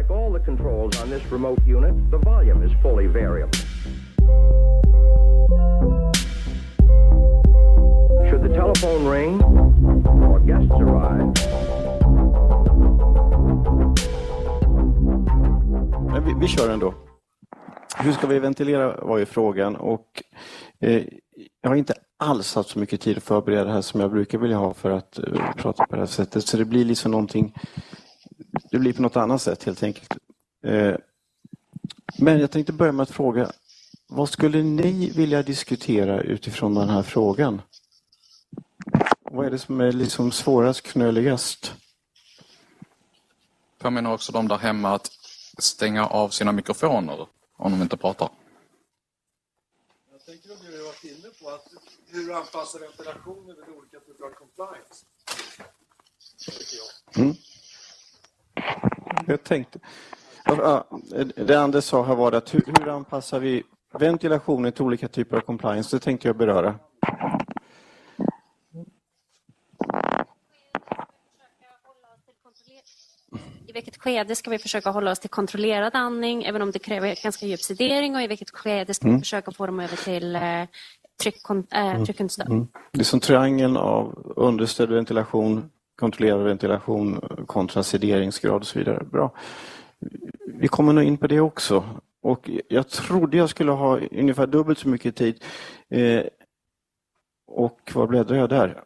Like all the controls on this remote unit, the volume is fully variable. Should the telephone ring or guests arrive. Men vi kör ändå. Hur ska vi ventilera var ju frågan, och jag har inte alls haft så mycket tid att förbereda det här som jag brukar vilja ha för att prata på det här sättet. Så det blir liksom någonting, det blir på något annat sätt helt enkelt. Men jag tänkte börja med att fråga, vad skulle ni vilja diskutera utifrån den här frågan? Vad är det som är liksom svårast, knöligast? Jag menar också de där hemma att stänga av sina mikrofoner om de inte pratar. Jag tänker att du har varit inne på att hur anpassar ventilationen vid olika typer av compliance. Jag tänkte, det Anders sa här var att hur anpassar vi ventilationen till olika typer av compliance? Det tänkte jag beröra. I vilket skede ska vi försöka hålla oss till kontrollerad andning, även om det kräver ganska djup sedering, och i vilket skede ska vi försöka få dem över till tryckunderstöd? Det är som triangeln av understödd ventilation, kontrollerad ventilation kontra sederingsgrad och så vidare. Bra. Vi kommer nog in på det också. Och jag trodde jag skulle ha ungefär dubbelt så mycket tid. Och vad bläddrar jag där?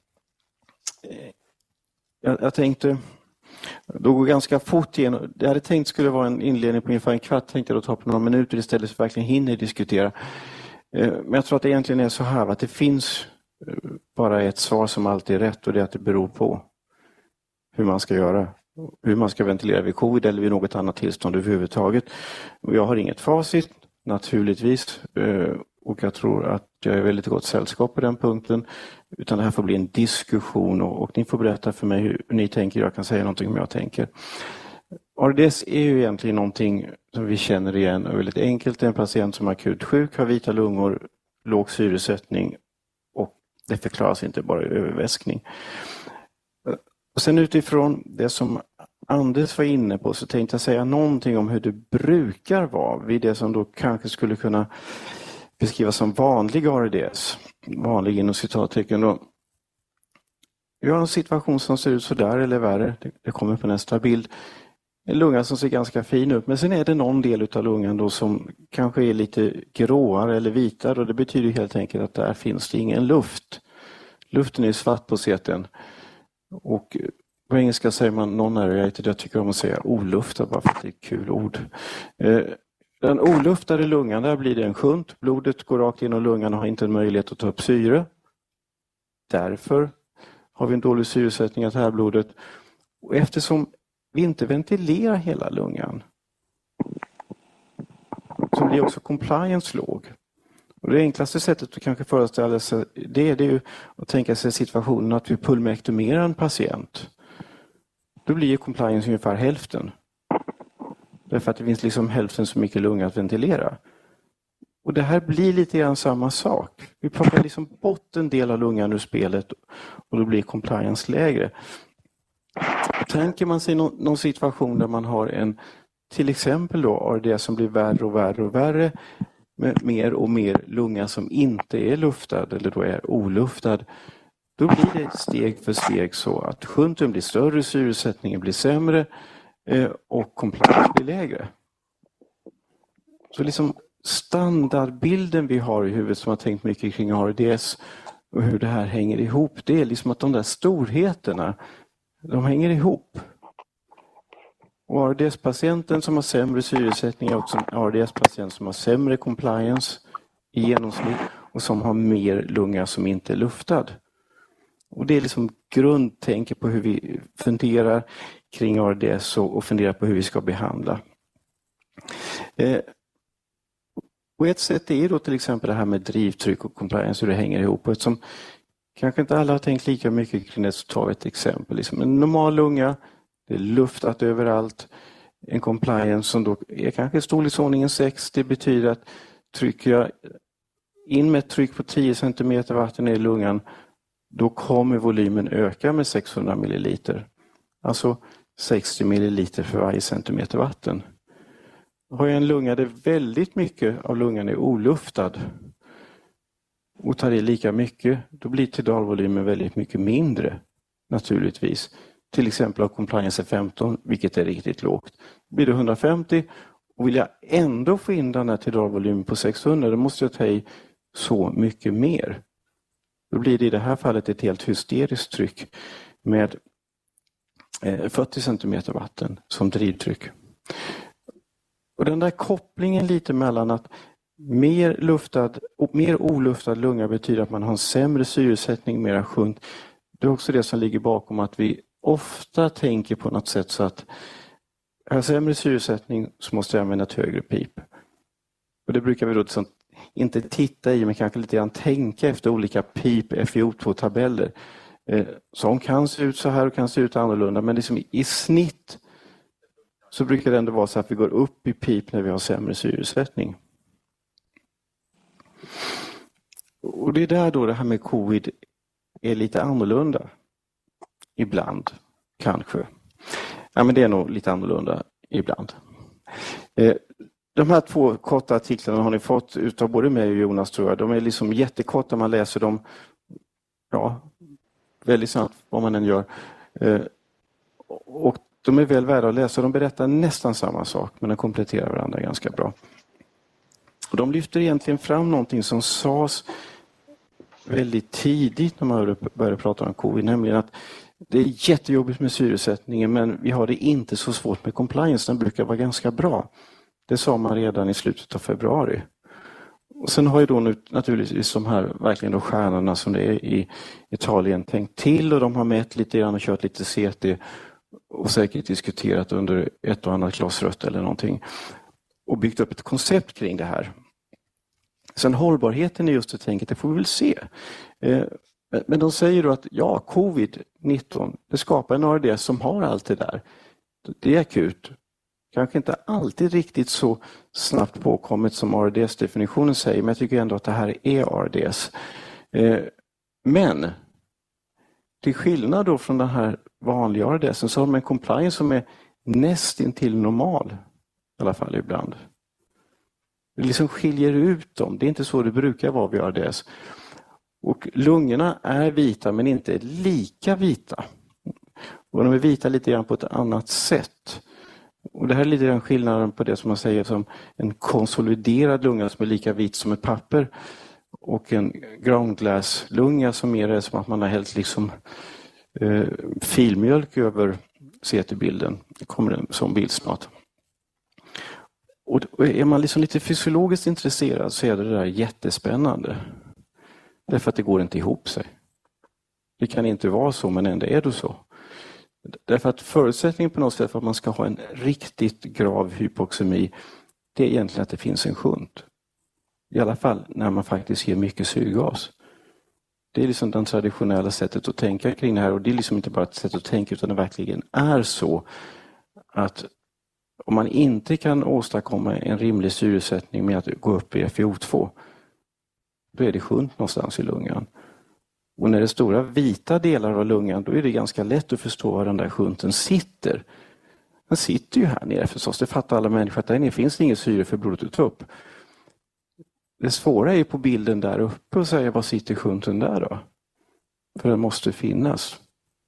Jag tänkte, då går ganska fort igen. Jag hade tänkt skulle vara en inledning på ungefär en kvart. Tänkte jag då ta på några minuter istället så att vi verkligen hinner diskutera. Men jag tror att det egentligen är så här att det finns bara ett svar som alltid är rätt, och det är att det beror på hur man ska göra. Hur man ska ventilera vid covid eller vid något annat tillstånd överhuvudtaget. Och jag har inget facit, naturligtvis. Och jag tror att jag är väldigt gott sällskap på den punkten. Utan det här får bli en diskussion, och ni får berätta för mig hur ni tänker. Jag kan säga någonting om jag tänker. ARDS är ju egentligen någonting som vi känner igen och väldigt enkelt. En patient som är akut sjuk, har vita lungor, låg syresättning, och det förklaras inte bara överväskning. Och sen utifrån det som Anders var inne på så tänkte jag säga någonting om hur det brukar vara vid det som då kanske skulle kunna beskrivas som vanlig ARDS. Vanlig inom citattecken. Vi har en situation som ser ut så där eller värre. Det kommer på nästa bild. En lunga som ser ganska fin ut, men sen är det någon del av lungan då som kanske är lite gråare eller vitare, och det betyder helt enkelt att där finns det ingen luft. Luften är svart på seten. Och på engelska säger man non-aerated. Jag tycker om att säga oluftad bara för att det är ett kul ord. Den oluftade lungan, där blir det en shunt. Blodet går rakt in i lungan och har inte en möjlighet att ta upp syre. Därför har vi en dålig syresättning av det här blodet. Och eftersom vi inte ventilerar hela lungan så blir också compliance låg. Och det enklaste sättet att kanske föreställa sig det är ju att tänka sig situationen att vi pulmektomerar en patient. Då blir ju compliance ungefär hälften. Därför att det finns liksom hälften så mycket lunga att ventilera. Och det här blir lite grann samma sak. Vi plockar liksom bort en del av lungan ur spelet och då blir compliance lägre. Tänker man sig någon situation där man har en, till exempel då ARDS som blir värre och värre och värre, med mer och mer lunga som inte är luftad eller då är oluftad, då blir det steg för steg så att shunten blir större, syresättningen blir sämre och compliance blir lägre. Så liksom standardbilden vi har i huvudet som har tänkt mycket kring ARDS och hur det här hänger ihop, det är liksom att de där storheterna, de hänger ihop. Och ARDS-patienten som har sämre syresättning är också en ARDS-patient som har sämre compliance i genomsnitt och som har mer lunga som inte är luftad. Och det är liksom grundtänket på hur vi funderar kring ARDS och funderar på hur vi ska behandla. Och ett sätt är då till exempel det här med drivtryck och compliance, hur det hänger ihop. Och som kanske inte alla har tänkt lika mycket kring det, så tar vi ett exempel. Liksom en normal lunga, det är luftat överallt. En compliance som då är kanske i storleksordningen 6, det betyder att trycker jag in med ett tryck på 10 cm vatten i lungan, då kommer volymen öka med 600 milliliter. Alltså 60 milliliter för varje centimeter vatten. Har jag en lunga där väldigt mycket av lungan är oluftad och tar i lika mycket, då blir tidalvolymen väldigt mycket mindre naturligtvis. Till exempel av compliance 15, vilket är riktigt lågt. Blir det 150 och vill jag ändå få in den här tidalvolymen på 600, då måste jag ta i så mycket mer. Då blir det i det här fallet ett helt hysteriskt tryck med 40 centimeter vatten som drivtryck. Och den där kopplingen lite mellan att mer oluftad lunga betyder att man har en sämre syresättning, mera sjunt. Det är också det som ligger bakom att vi ofta tänker på något sätt så att har jag sämre syresättning så måste jag använda ett högre pip. Och det brukar vi då inte titta i men kanske lite grann tänka efter olika pip FiO2-tabeller. Som kan se ut så här och kan se ut annorlunda, men liksom i snitt så brukar det ändå vara så att vi går upp i pip när vi har sämre syresättning. Och det är där då det här med covid är lite annorlunda. Ibland, kanske. Ja, men det är nog lite annorlunda ibland. De här 2 korta artiklarna har ni fått utav både mig och Jonas, tror jag. De är liksom jättekorta, man läser dem väldigt snabbt vad man än gör. Och de är väl värda att läsa. De berättar nästan samma sak, men de kompletterar varandra ganska bra. Och de lyfter egentligen fram någonting som sades väldigt tidigt när man började prata om covid, nämligen att det är jättejobbigt med syresättningen, men vi har det inte så svårt med compliance. Den brukar vara ganska bra. Det sa man redan i slutet av februari. Och sen har ju då nu naturligtvis de här verkligen då stjärnorna som det är i Italien tänkt till, och de har mätt lite grann och kört lite CT och säkert diskuterat under ett och annat glas rött eller någonting och byggt upp ett koncept kring det här. Sen hållbarheten i just det tänket, det får vi väl se. Men de säger då att covid-19, det skapar en ARDS som har allt det där. Det är akut. Kanske inte alltid riktigt så snabbt påkommet som ARDS-definitionen säger, men jag tycker ändå att det här är ARDS. Men till skillnad då från den här vanliga ARDS så har man en compliance som är nästintill normal, i alla fall ibland. Det liksom skiljer ut dem. Det är inte så det brukar vara vid ARDS. Och lungorna är vita men inte lika vita. Och de är vita lite grann på ett annat sätt. Och det här är lite grann skillnaden på det som man säger som en konsoliderad lunga som är lika vit som ett papper. Och en ground glass lunga som mer är som att man har hällt liksom filmjölk över CT-bilden. Det kommer en sån bild snart. Och är man liksom lite fysiologiskt intresserad så är det där jättespännande. Därför att det går inte ihop sig. Det kan inte vara så, men ändå är det så. Därför att förutsättningen på något sätt för att man ska ha en riktigt grav hypoxemi, det är egentligen att det finns en shunt. I alla fall när man faktiskt ger mycket syrgas. Det är liksom det traditionella sättet att tänka kring det här, och det är liksom inte bara ett sätt att tänka utan det verkligen är så att om man inte kan åstadkomma en rimlig syresättning med att gå upp i FiO2, då är det shunt någonstans i lungan. Och när det är stora vita delar av lungan, då är det ganska lätt att förstå var den där shunten sitter. Den sitter ju här nere förstås, det fattar alla människor att där nere finns det ingen syre för blodet att ta upp. Det svåra är på bilden där uppe att säga vad sitter shunten där då? För den måste finnas.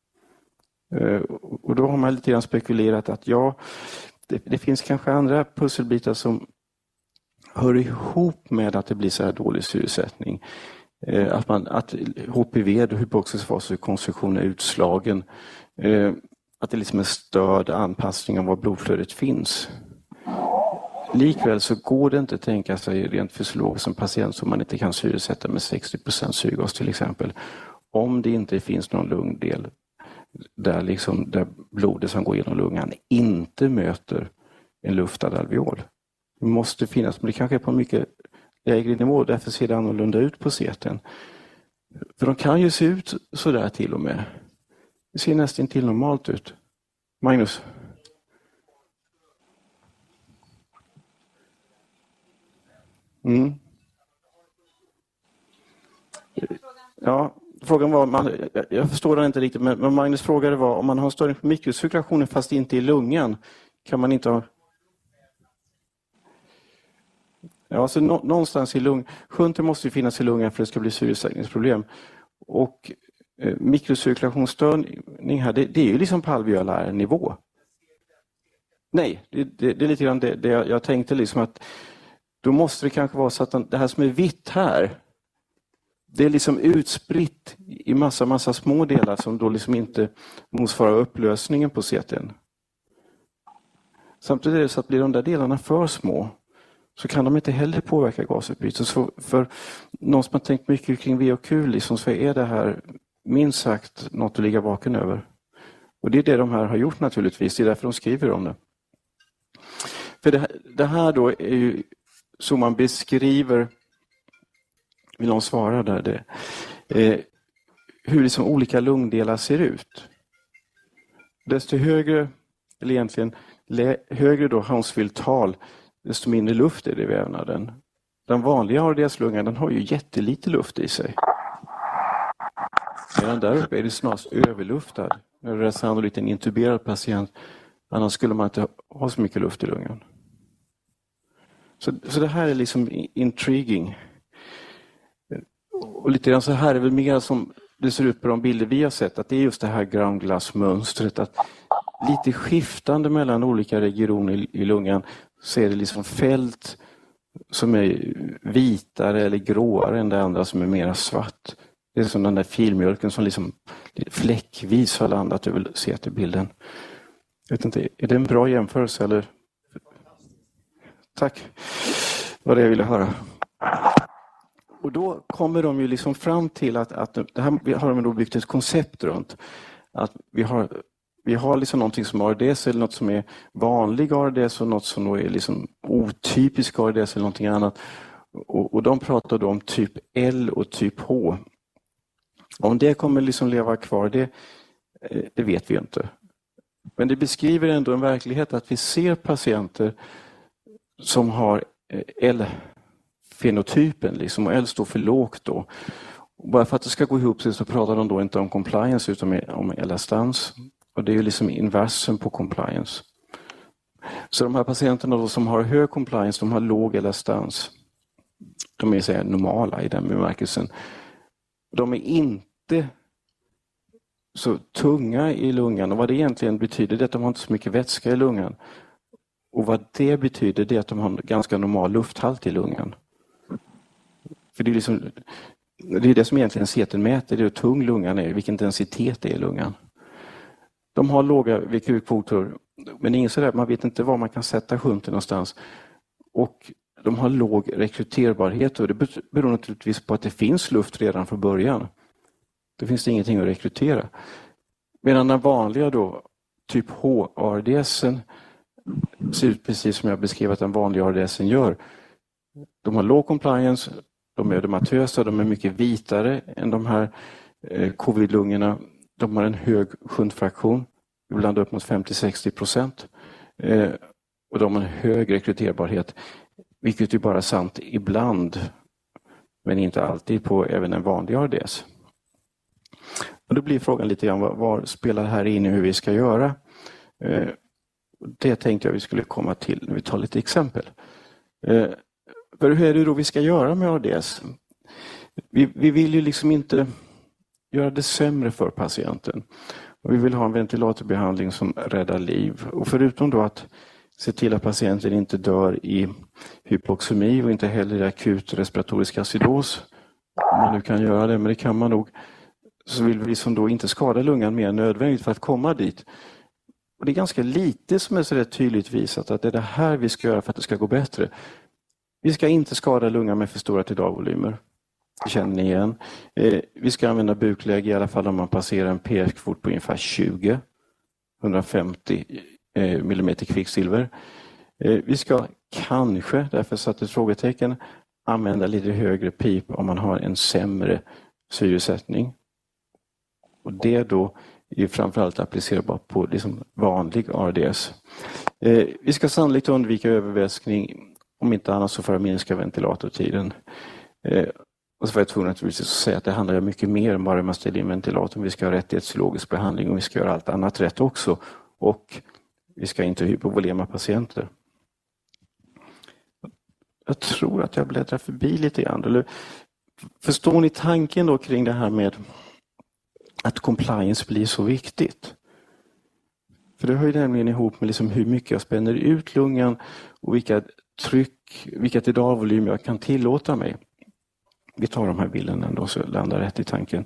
Och då har man lite grann spekulerat att det finns kanske andra pusselbitar som hör ihop med att det blir så här dålig syresättning. Att HPV, hypoxisk vasokonstruktion, är utslagen. Att det är liksom en störd anpassning av var blodflödet finns. Likväl så går det inte att tänka sig rent fysiologiskt som patient som man inte kan syresätta med 60% syrgas till exempel. Om det inte finns någon lungdel där blodet som går genom lungan inte möter en luftad alveol. Det måste finnas, men det kanske är på en mycket lägre nivå, därför ser det annorlunda ut på CT:n. För de kan ju se ut så där till och med. Det ser nästan till normalt ut. Magnus? Ja, frågan var, jag förstår det inte riktigt, men Magnus frågade var om man har störning på mikrocirkulationen fast inte i lungan, kan man inte ha... Ja, alltså någonstans i lungan. Shunter måste ju finnas i lungan för att det ska bli syresättningsproblem. Och mikrocirkulationsstörning här, det är ju liksom på alveolär nivå. Nej, det är lite grann det jag tänkte liksom att då måste det kanske vara så att det här som är vitt här, det är liksom utspritt i massa små delar som då liksom inte motsvarar upplösningen på CT:n. Samtidigt är det så att blir de där delarna för små så kan de inte heller påverka gasutbytet. Så för någon som har tänkt mycket kring VOQ liksom, så är det här minst sagt något att ligga vaken över. Och det är det de här har gjort naturligtvis, det är därför de skriver om det. För det här då är ju så man beskriver, vill någon svara där, hur liksom olika lungdelar ser ut. Desto högre, eller egentligen högre då Hounsfield-tal, desto mindre luft är det i vävnaden. Den vanliga ARDS-lungan, den har ju jättelite luft i sig. Medan där uppe är det snarast överluftad. När det är sannolikt en intuberad patient, annars skulle man inte ha så mycket luft i lungan. Så det här är liksom intriguing. Och lite grann så här är väl mer som det ser ut på de bilder vi har sett, att det är just det här ground glass-mönstret, att lite skiftande mellan olika regioner i lungan så är det liksom fält som är vitare eller gråare än det andra som är mer svart. Det är som den där filmjölken som liksom fläckvis har landat över CT-bilden. Jag vet inte, är det en bra jämförelse eller? Tack. Det var det jag ville höra. Och då kommer de ju liksom fram till att det här har de då byggt ett koncept runt. Att vi har liksom någonting som ARDS eller något som är vanlig ARDS och något som då är liksom otypisk ARDS eller någonting annat. Och de pratar då om typ L och typ H. Om det kommer liksom leva kvar, det vet vi inte. Men det beskriver ändå en verklighet att vi ser patienter som har L-fenotypen liksom, och L står för lågt då. Bara för att det ska gå ihop sig så pratar de då inte om compliance utan om elastans. Och det är ju liksom inversen på compliance. Så de här patienterna då som har hög compliance, de har låg elastans. De är så här normala i den bemärkelsen. De är inte så tunga i lungan, och vad det egentligen betyder det är att de har inte så mycket vätska i lungan. Och vad det betyder det är att de har en ganska normal lufthalt i lungan. För det är liksom, det är det som egentligen CT:n mäter, det är hur tung lungan är, vilken densitet det är i lungan. De har låga VQ-kvoter, men ingen sådär, man vet inte var man kan sätta shunten någonstans. Och de har låg rekryterbarhet, och det beror naturligtvis på att det finns luft redan från början. Det finns ingenting att rekrytera. Medan den vanliga då, typ H-ARDSen, ser ut precis som jag beskrev att den vanliga ARDSen gör. De har låg compliance, de är ödematösa, de är mycket vitare än de här covid-lungorna. De har en hög shuntfraktion, ibland upp mot 50-60%. Och de har en hög rekryterbarhet, vilket är bara sant ibland, men inte alltid på även en vanlig ARDS. Och då blir frågan lite grann, var spelar det här in i hur vi ska göra? Det tänkte jag vi skulle komma till när vi tar lite exempel. För hur är det då vi ska göra med ARDS? Vi vill ju liksom inte göra det sämre för patienten. Och vi vill ha en ventilatorbehandling som räddar liv. Och förutom då att se till att patienten inte dör i hypoxemi och inte heller i akut respiratorisk acidos, om man nu kan göra det, men det kan man nog, så vill vi som då inte skada lungan mer än nödvändigt för att komma dit. Och det är ganska lite som är så rätt tydligt visat att det är det här vi ska göra för att det ska gå bättre. Vi ska inte skada lungan med för stora tidalvolymer. Det känner ni igen. Vi ska använda bukläge i alla fall om man passerar en pH-kvot på ungefär 20, 150 millimeter kvicksilver. Vi ska kanske, därför satt ett frågetecken, använda lite högre pip om man har en sämre syresättning. Och det då är framförallt applicerbart på liksom vanlig ARDS. Vi ska sannolikt undvika övervätskning, om inte annat så för att minska ventilatortiden. Och så var jag tvungen att säga att det handlar mycket mer än bara om man ställer in ventilatorn. Vi ska ha rättighetslogisk behandling och vi ska göra allt annat rätt också. Och vi ska inte hypovolema patienter. Jag tror att jag bläddrar förbi lite grann. Eller, förstår ni tanken då kring det här med att compliance blir så viktigt? För det hör ju nämligen ihop med liksom hur mycket jag spänner ut lungan och vilka tryck, vilka tidalvolym jag kan tillåta mig. Vi tar de här bilderna ändå så landar rätt i tanken.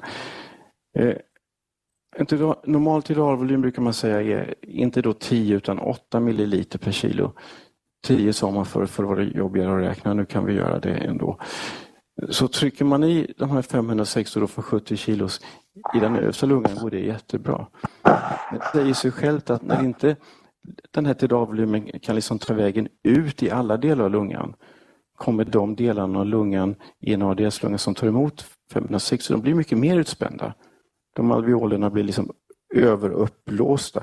Normal tidalvolym brukar man säga är inte då 10 utan 8 milliliter per kilo. 10 sa man för att vara jobbigare att räkna, nu kan vi göra det ändå. Så trycker man i de här 560 då för 70 kilos i den översta lungan går det jättebra. Men det säger sig självt att när inte den här tidalvolymen kan liksom ta vägen ut i alla delar av lungan, kommer de delarna av lungan i en ARDS-lunga som tar emot 560, de blir mycket mer utspända. De alveolerna blir liksom överuppblåsta.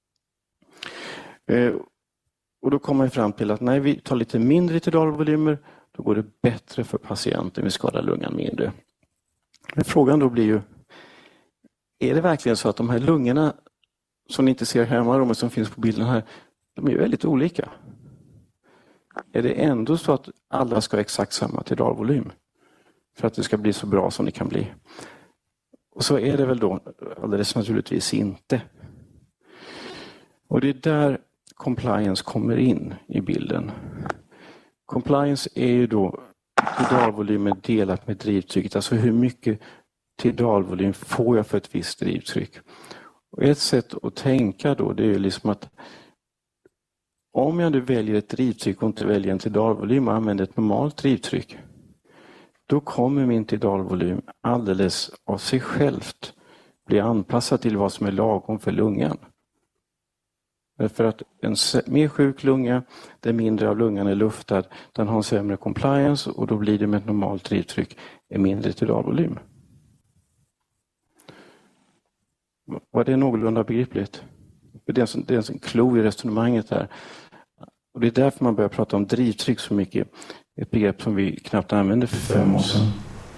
Och då kommer man fram till att när vi tar lite mindre tidalvolymer, då går det bättre för patienten, vi skadar lungan mindre. Men frågan då blir ju, är det verkligen så att de här lungorna som ni inte ser hemma, de som finns på bilden här, de är ju väldigt olika? Är det ändå så att alla ska ha exakt samma tidalvolym för att det ska bli så bra som det kan bli? Och så är det väl då alldeles naturligtvis inte. Och det är där compliance kommer in i bilden. Compliance är ju då tidalvolymen delat med drivtrycket, alltså hur mycket tidalvolym får jag för ett visst drivtryck. Och ett sätt att tänka då, det är ju liksom att om jag nu väljer ett drivtryck och inte väljer en tidalvolym och använder ett normalt drivtryck, då kommer min tidalvolym alldeles av sig självt bli anpassad till vad som är lagom för lungan. För att en mer sjuk lunga, där mindre av lungan är luftad, den har en sämre compliance och då blir det med ett normalt drivtryck en mindre tidalvolym. Var det någorlunda begripligt? Det är en klo i resonemanget här. Och det är därför man börjar prata om drivtryck så mycket. Ett begrepp som vi knappt använde för 5 år sedan.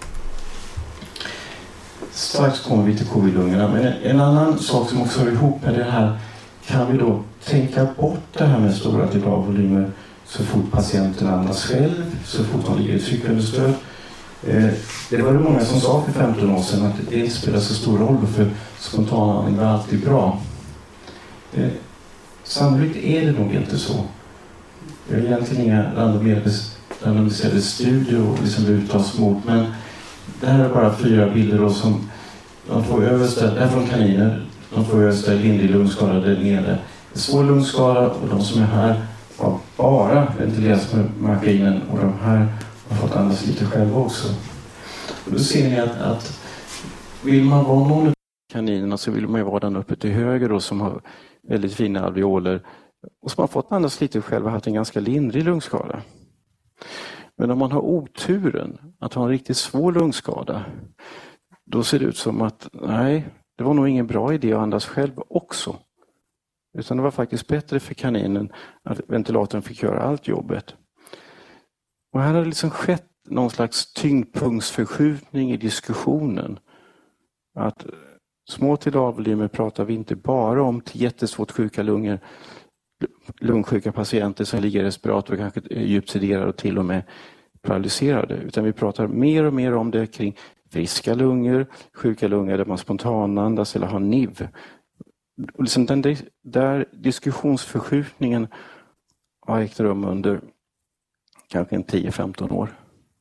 Strax kommer vi till covid-lungorna. Men en annan sak som också hör ihop med det här, kan vi då tänka bort det här med stora tidalvolymer så fort patienten andas själv, så fort de ligger i tryckunderstöd. Det var det många som sa för 15 år sedan att det inte spelar så stor roll för spontanandning var alltid bra. Sannolikt är det nog inte så. Det är egentligen inga randomiserade studier och liksom uttas mot, men det här är bara 4 bilder då som de två översta, det är från kaniner, de två översta är lindrig lungskada där nere. Svår lungskada och de som är här har bara ventilerats med maskinen och de här har fått andas lite själva också. Och då ser ni att vill man vara någon av kaninerna så vill man ju vara den uppe till höger då, som har väldigt fina alveoler och som har fått andas lite själva och haft en ganska lindrig lungskada. Men om man har oturen att ha en riktigt svår lungskada, då ser det ut som att nej, det var nog ingen bra idé att andas själv också. Utan det var faktiskt bättre för kaninen att ventilatorn fick göra allt jobbet. Och här har det liksom skett någon slags tyngdpunktsförskjutning i diskussionen. Att små tidalvolymer pratar vi inte bara om till jättesvårt sjuka lungor, lungsjuka patienter som ligger i respirator och kanske är djupt sederade och till och med paralyserade. Utan vi pratar mer och mer om det kring friska lungor, sjuka lungor där man spontanandas eller har NIV. Och liksom den där diskussionsförskjutningen har ägt rum under kanske 10-15 år.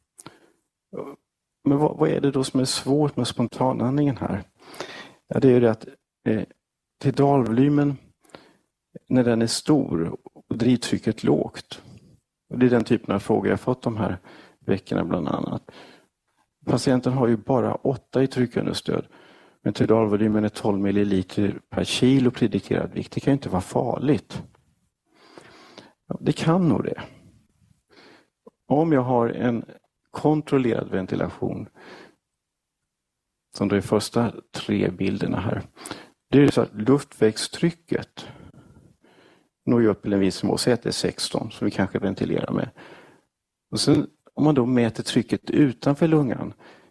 Men vad är det då som är svårt med spontanandningen här? Ja, det är ju det att tidalvolymen, när den är stor och drivtrycket lågt, och det är den typen av frågor jag fått de här veckorna bland annat. Patienten har ju bara 8 i tryckunderstöd, men tidalvolymen är 12 milliliter per kilo predikerad vikt. Det kan ju inte vara farligt. Ja, det kan nog det. Om jag har en kontrollerad ventilation, som de första 3 bilderna här, det är så att luftvägstrycket når ju upp till en viss nivå, säg att det är 16 som vi kanske ventilerar med. Och sen om man då mäter trycket utanför lungan,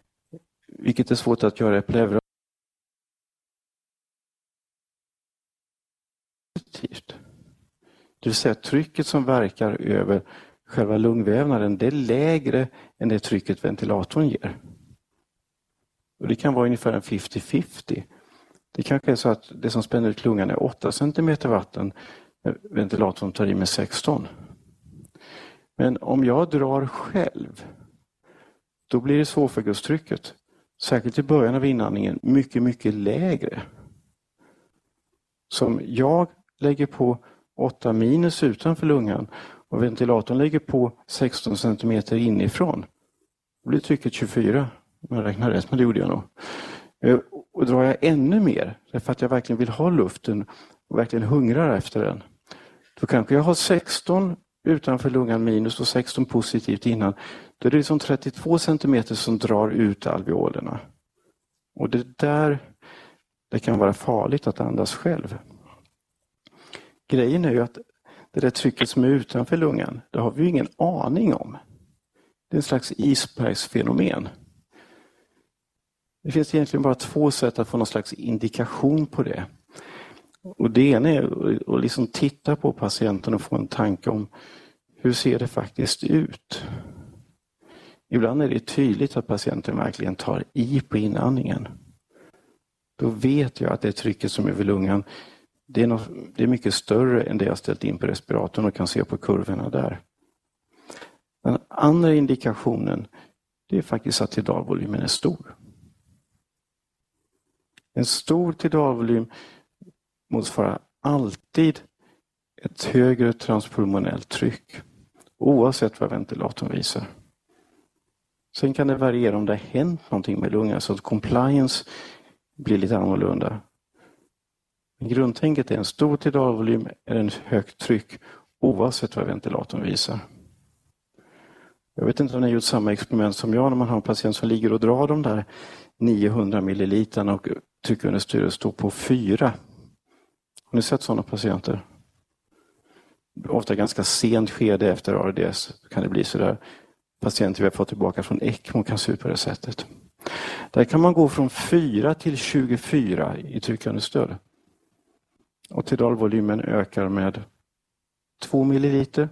vilket är svårt att göra i pleura. Det vill säga trycket som verkar över själva lungvävnaden, det är lägre än det trycket ventilatorn ger. Och det kan vara ungefär en 50-50. Det kanske är så att det som spänner ut lungan är 8 cm vatten, ventilatorn tar i med 16. Men om jag drar själv, då blir det svårfögustrycket, särskilt i början av inandningen, mycket, mycket lägre. Som jag lägger på 8 minus utanför lungan och ventilatorn lägger på 16 cm inifrån, då blir trycket 24. Om jag räknar rätt, men det gjorde jag nog. Och drar jag ännu mer, därför att jag verkligen vill ha luften och verkligen hungrar efter den, då kanske jag har 16 utanför lungan minus och 16 positivt innan. Då är det liksom 32 cm som drar ut alveolerna. Och det kan vara farligt att andas själv. Grejen är ju att det där trycket som är utanför lungan, det har vi ju ingen aning om. Det är en slags isbergsfenomen. Det finns egentligen bara 2 sätt att få någon slags indikation på det. Och det ena är att liksom titta på patienten och få en tanke om hur ser det faktiskt ut. Ibland är det tydligt att patienten verkligen tar i på inandningen. Då vet jag att det trycket som är över lungan, det är mycket större än det jag ställt in på respiratorn och kan se på kurvorna där. Den andra indikationen, det är faktiskt att tidalvolymen är stor. En stor tidalvolym motsvarar alltid ett högre transpulmonellt tryck, oavsett vad ventilatorn visar. Sen kan det variera om det har hänt någonting med lungan, så att compliance blir lite annorlunda. Men grundtänket är en stor tidalvolym är en högt tryck, oavsett vad ventilatorn visar. Jag vet inte om ni har gjort samma experiment som jag när man har en patient som ligger och drar de där 900 milliliterna och tryckunderstyret står på 4. Har ni sett sådana patienter? Ofta ganska sent skede efter ARDS kan det bli så där. Patienter vi har fått tillbaka från ECMO kan se ut på det sättet. Där kan man gå från 4 till 24 i tryckunderstöd. Och tidalvolymen ökar med 2 milliliter.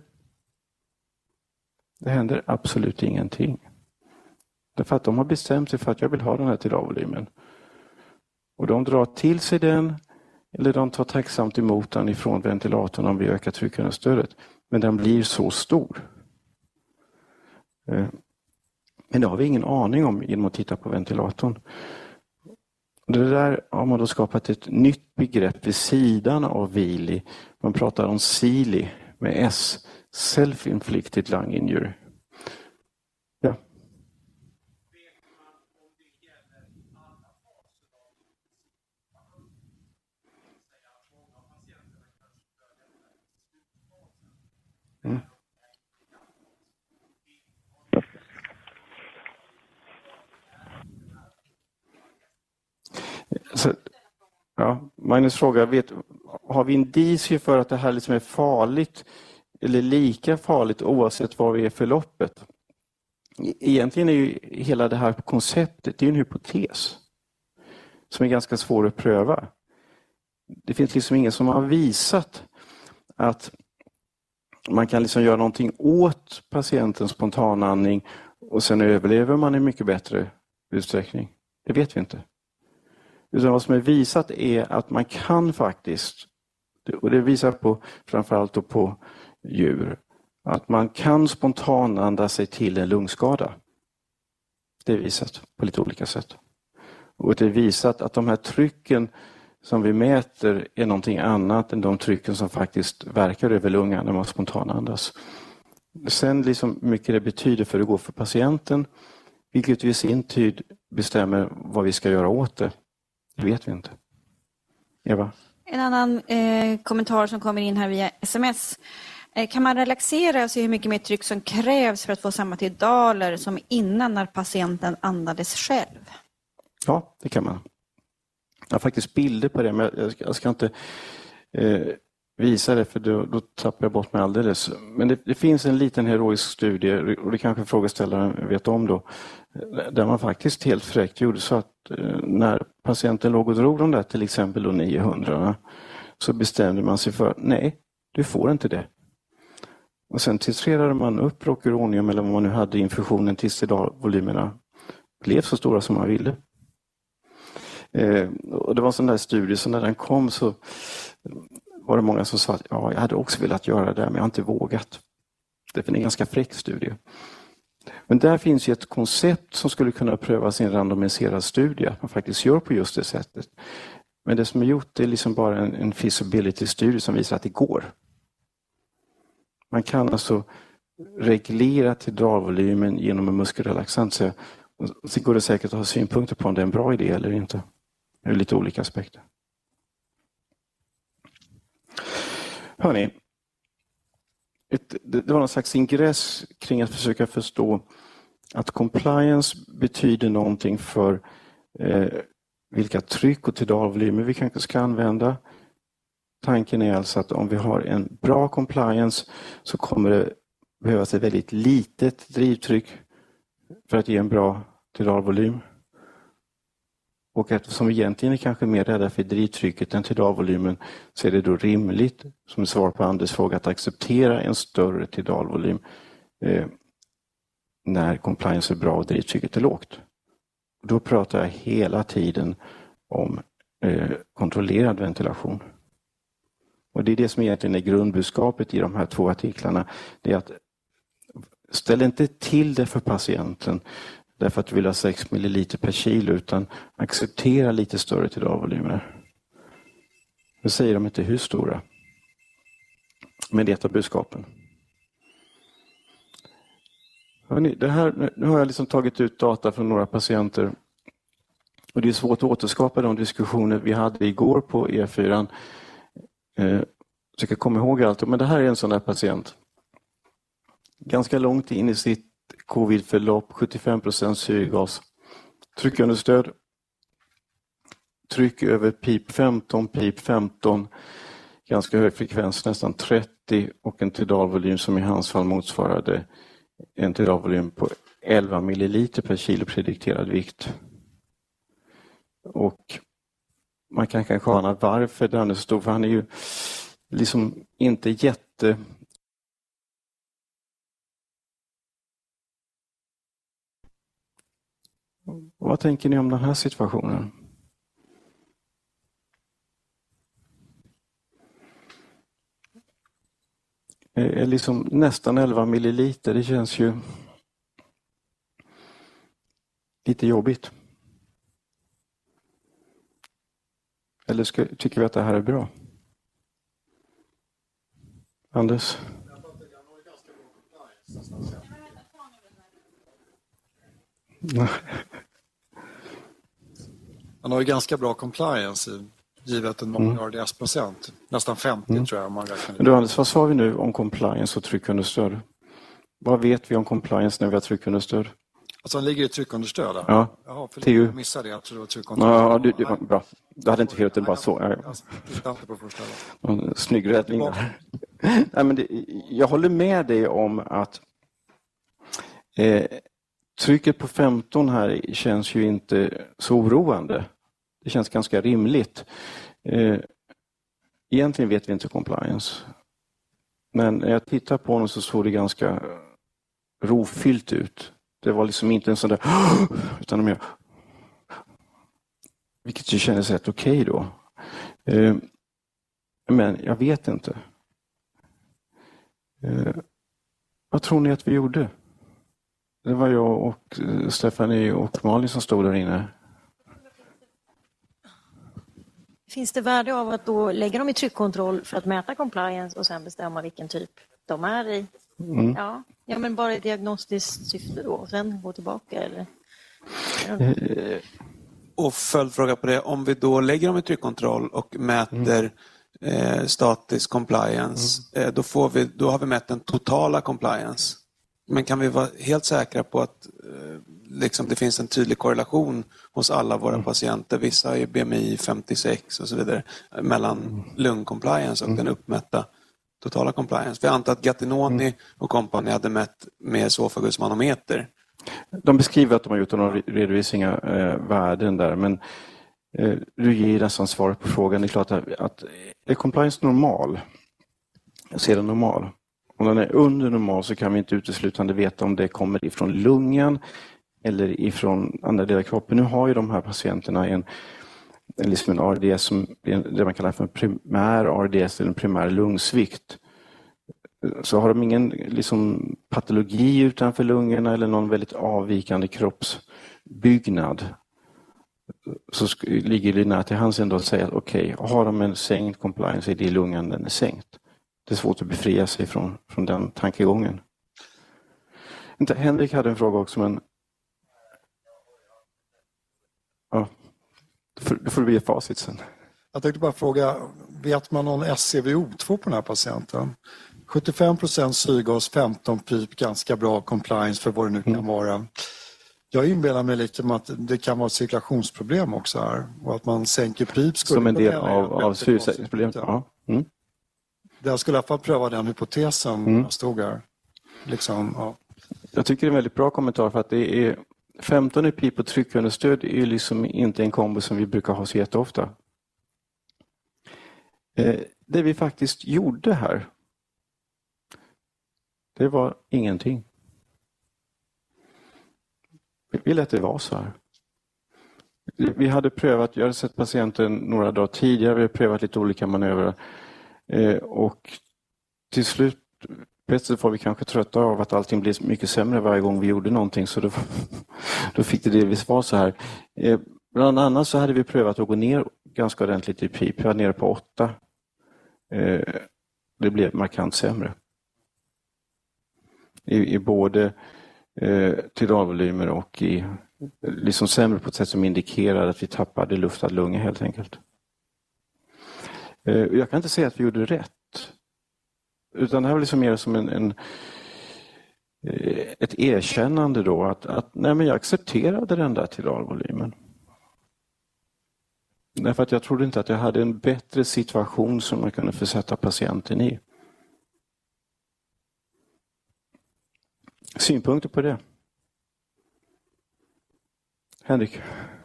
Det händer absolut ingenting. Därför att de har bestämt sig för att jag vill ha den här tidalvolymen. Och de drar till sig den, eller de tar tacksamt emot den ifrån ventilatorn om vi ökar tryckunderstödet. Men den blir så stor. Men det har vi ingen aning om genom att titta på ventilatorn. Det där har man då skapat ett nytt begrepp vid sidan av VILI. Man pratar om SILI med S, Self-Inflicted Lung Injury. Ja. Mm. Så, ja, Magnus frågar, har vi indicier för att det här liksom är farligt eller lika farligt oavsett vad vi är för loppet? Egentligen är ju hela det här konceptet, det är en hypotes som är ganska svår att pröva. Det finns liksom ingen som har visat att man kan liksom göra någonting åt patientens spontanandning och sen överlever man i mycket bättre utsträckning. Det vet vi inte. Utan vad som är visat är att man kan faktiskt, och det visar på framförallt då på djur, att man kan spontananda sig till en lungskada. Det är visat på lite olika sätt. Och det är visat att de här trycken som vi mäter är någonting annat än de trycken som faktiskt verkar över lungan när man spontanandas. Sen liksom mycket det betyder för hur det går för patienten, vilket i sin tid bestämmer vad vi ska göra åt det. Det vet vi inte. Eva? En annan kommentar som kommer in här via sms. Kan man relaxera och se hur mycket mer tryck som krävs för att få samma tidaler som innan när patienten andades själv? Ja, det kan man. Jag har faktiskt bilder på det, men jag ska inte visa det för då tappar jag bort mig alldeles. Men det finns en liten heroisk studie, och det kanske frågeställaren vet om då, där man faktiskt helt fräckt gjorde så att när patienten låg och drog de där till exempel då 900, så bestämde man sig för nej, du får inte det. Och sen titrerade man upp rocuronium eller vad man nu hade i infusionen tills tidalvolymerna blev så stora som man ville. Och det var en sån där studie, så när den kom så var det många som sa att ja, jag hade också velat göra det men jag har inte vågat. Det är en ganska fräck studie. Men där finns ju ett koncept som skulle kunna prövas i en randomiserad studie, att man faktiskt gör på just det sättet. Men det som är gjort är liksom bara en feasibility-studie som visar att det går. Man kan alltså reglera tidalvolymen genom en muskelrelaxant. Så går det säkert att ha synpunkter på om det är en bra idé eller inte. Det är lite olika aspekter. Hörrni, det var någon slags ingress kring att försöka förstå att compliance betyder någonting för vilka tryck och tidalvolymer vi kanske ska använda. Tanken är alltså att om vi har en bra compliance så kommer det behövas ett väldigt litet drivtryck för att ge en bra tidalvolym. Och eftersom vi egentligen är kanske mer rädda för drivtrycket än tidalvolymen, så är det då rimligt, som ett svar på Anders fråga, att acceptera en större tidalvolym när compliance är bra och drivtrycket är lågt. Då pratar jag hela tiden om kontrollerad ventilation. Och det är det som egentligen är grundbudskapet i de här 2 artiklarna. Det är att ställ inte till det för patienten därför att du vill ha 6 milliliter per kilo, utan acceptera lite större tidalvolymer. Nu säger de inte hur stora. Men det är ett av budskapen. Hörrni, nu har jag liksom tagit ut data från några patienter. Och det är svårt att återskapa de diskussioner vi hade igår på E4. Så jag kommer ihåg allt. Men det här är en sån där patient. Ganska långt in i sitt covid-förlopp, 75% syrgas. Tryckunderstöd. Tryck över PEEP 15. Ganska hög frekvens, nästan 30. Och en tidalvolym som i hans fall motsvarade en tidalvolym på 11 milliliter per kilo predikterad vikt. Och man kan kanske ana varför den är så stor, för han är ju liksom inte jätte... Vad tänker ni om den här situationen? Är liksom nästan 11 milliliter, det känns ju lite jobbigt. Eller tycker vi att det här är bra? Anders? Han har ju ganska bra compliance givet en mångmiljardiers procent. Nästan 50 tror jag om man räknar. Du Anders, vad sa vi nu om compliance och tryckunderstöd? Vad vet vi om compliance när vi har tryckunderstöd? Alltså han ligger i tryckunderstöd? Ja. Jaha, jag missade det. Jag tror det var tryckunderstöd. Ja, bra. Du hade inte fel, det bara så. Jag tittade inte på första. Snygg räddning där. Nej, men jag håller med dig om att trycket på 15 här känns ju inte så oroande. Det känns ganska rimligt. Egentligen vet vi inte compliance. Men när jag tittar på honom så såg det ganska rofyllt ut. Det var liksom inte en sån där... utan mer... Vilket ju kändes rätt okej då. Men jag vet inte. Vad tror ni att vi gjorde? Det var jag och Stefanie och Malin som stod där inne. Finns det värde av att då lägga dem i tryckkontroll för att mäta compliance och sen bestämma vilken typ de är i? Ja, men bara i diagnostiskt syfte då och sen gå tillbaka eller? Och följdfråga på det, om vi då lägger dem i tryckkontroll och mäter statisk compliance, då har vi mätt den totala compliance. Men kan vi vara helt säkra på att liksom det finns en tydlig korrelation hos alla våra patienter, vissa har ju BMI 56 och så vidare, mellan lungcompliance och den uppmätta totala compliance? Vi antar att Gattinoni och company hade mätt med esofagusmanometer. De beskriver att de har gjort några redovisningar värden där, men du ger nästan svaret på frågan. Det är klart att är compliance normal? Jag ser den normal. Om den är under normal så kan vi inte uteslutande veta om det kommer ifrån lungan eller ifrån andra delar av kroppen. Nu har ju de här patienterna en RDS som det man kallar för en primär RDS eller en primär lungsvikt. Så har de ingen liksom patologi utanför lungorna eller någon väldigt avvikande kroppsbyggnad, så ligger det nära till hands ändå att säga att okej, har de en sänkt compliance, är det i lungan den är sänkt. Det är svårt att befria sig från den tankegången. Henrik hade en fråga också, men ja, det får bli ett facit sen. Jag tänkte bara fråga, vet man någon SCVO2 på den här patienten? 75% syrgas, 15 pip, ganska bra compliance för vad det nu kan vara. Jag inbillar mig lite om att det kan vara ett cirkulationsproblem också här, och att man sänker pip som en del av syresättningsproblemet. Ja. Jag skulle i alla fall pröva den hypotesen jag stod här. Liksom, ja. Jag tycker det är en väldigt bra kommentar, för att det är 15 i pip och tryckunderstöd är liksom inte en kombo som vi brukar ha så jätteofta. Det vi faktiskt gjorde här, det var ingenting. Vi lät det vara så här. Vi hade prövat, jag hade sett patienten några dagar tidigare, vi hade prövat lite olika manövrar. Och till slut, plötsligt var vi kanske trötta av att allting blev mycket sämre varje gång vi gjorde någonting, så då fick det delvis vara så här. Bland annat så hade vi prövat att gå ner ganska ordentligt i pip. Jag var nere på 8. Det blev markant sämre. I både tidalvolymer och i liksom sämre på ett sätt som indikerar att vi tappade luftad lunga helt enkelt. Jag kan inte säga att vi gjorde rätt. Utan det här var liksom mer som ett erkännande då att nej, men jag accepterade den där tidalvolymen. Därför att jag trodde inte att jag hade en bättre situation som man kunde försätta patienten i. Synpunkter på det? Henrik?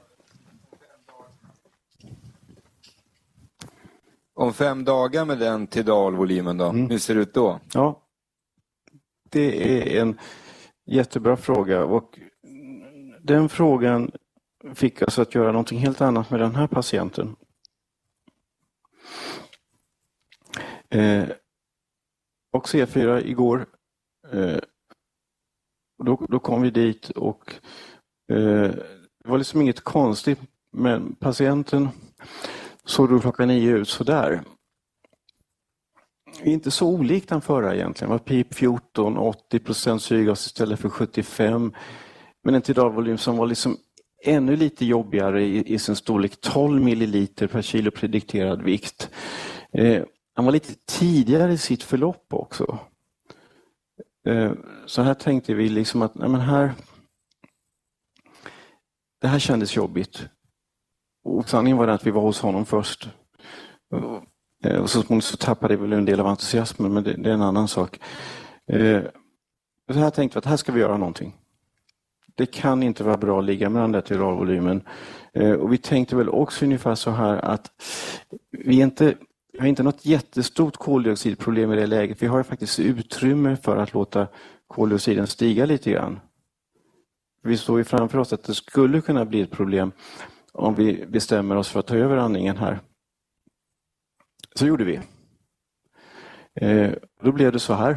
Om 5 dagar med den tidalvolymen då, hur ser det ut då? Ja, det är en jättebra fråga, och den frågan fick oss att göra någonting helt annat med den här patienten. Och C4 igår, då kom vi dit och det var liksom inget konstigt, men patienten såg då klockan 9 ut så där. Inte så olikt den förra egentligen. Det var pip 14, 80% syrgas istället för 75. Men en tidalvolym som var liksom ännu lite jobbigare i sin storlek, 12 milliliter per kilo predikterad vikt. Han var lite tidigare i sitt förlopp också. Så här tänkte vi liksom att nej, men det här kändes jobbigt. Och sanningen var det att vi var hos honom först. Och så tappade vi väl en del av entusiasmen, men det är en annan sak. Så här tänkte vi att här ska vi göra någonting. Det kan inte vara bra att ligga med den där tidalvolymen. Och vi tänkte väl också ungefär så här att vi har inte något jättestort koldioxidproblem i det läget. Vi har ju faktiskt utrymme för att låta koldioxiden stiga lite grann. Vi står ju framför oss att det skulle kunna bli ett problem om vi bestämmer oss för att ta över andningen här. Så gjorde vi. Då blev det så här.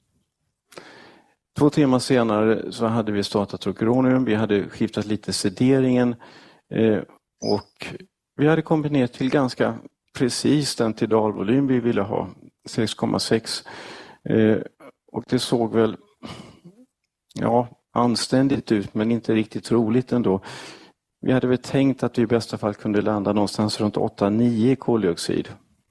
2 timmar senare så hade vi startat Trokeronium. Vi hade skiftat lite sederingen och vi hade kombinerat till ganska precis den tidalvolym vi ville ha, 6,6. Och det såg väl anständigt ut, men inte riktigt roligt ändå. Vi hade väl tänkt att vi i bästa fall kunde landa någonstans runt 8-9 koldioxid.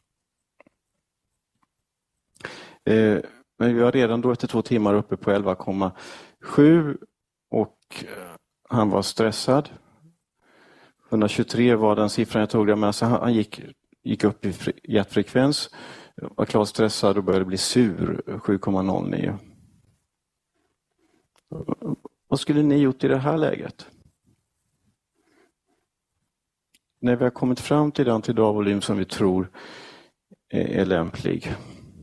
Men vi var redan då efter 2 timmar uppe på 11,7 och han var stressad. 123 var den siffran jag tog där med, så han gick upp i hjärtfrekvens, var klart stressad och började bli sur, 7,09. Vad skulle ni gjort i det här läget? När vi har kommit fram till den tidalvolym som vi tror är lämplig.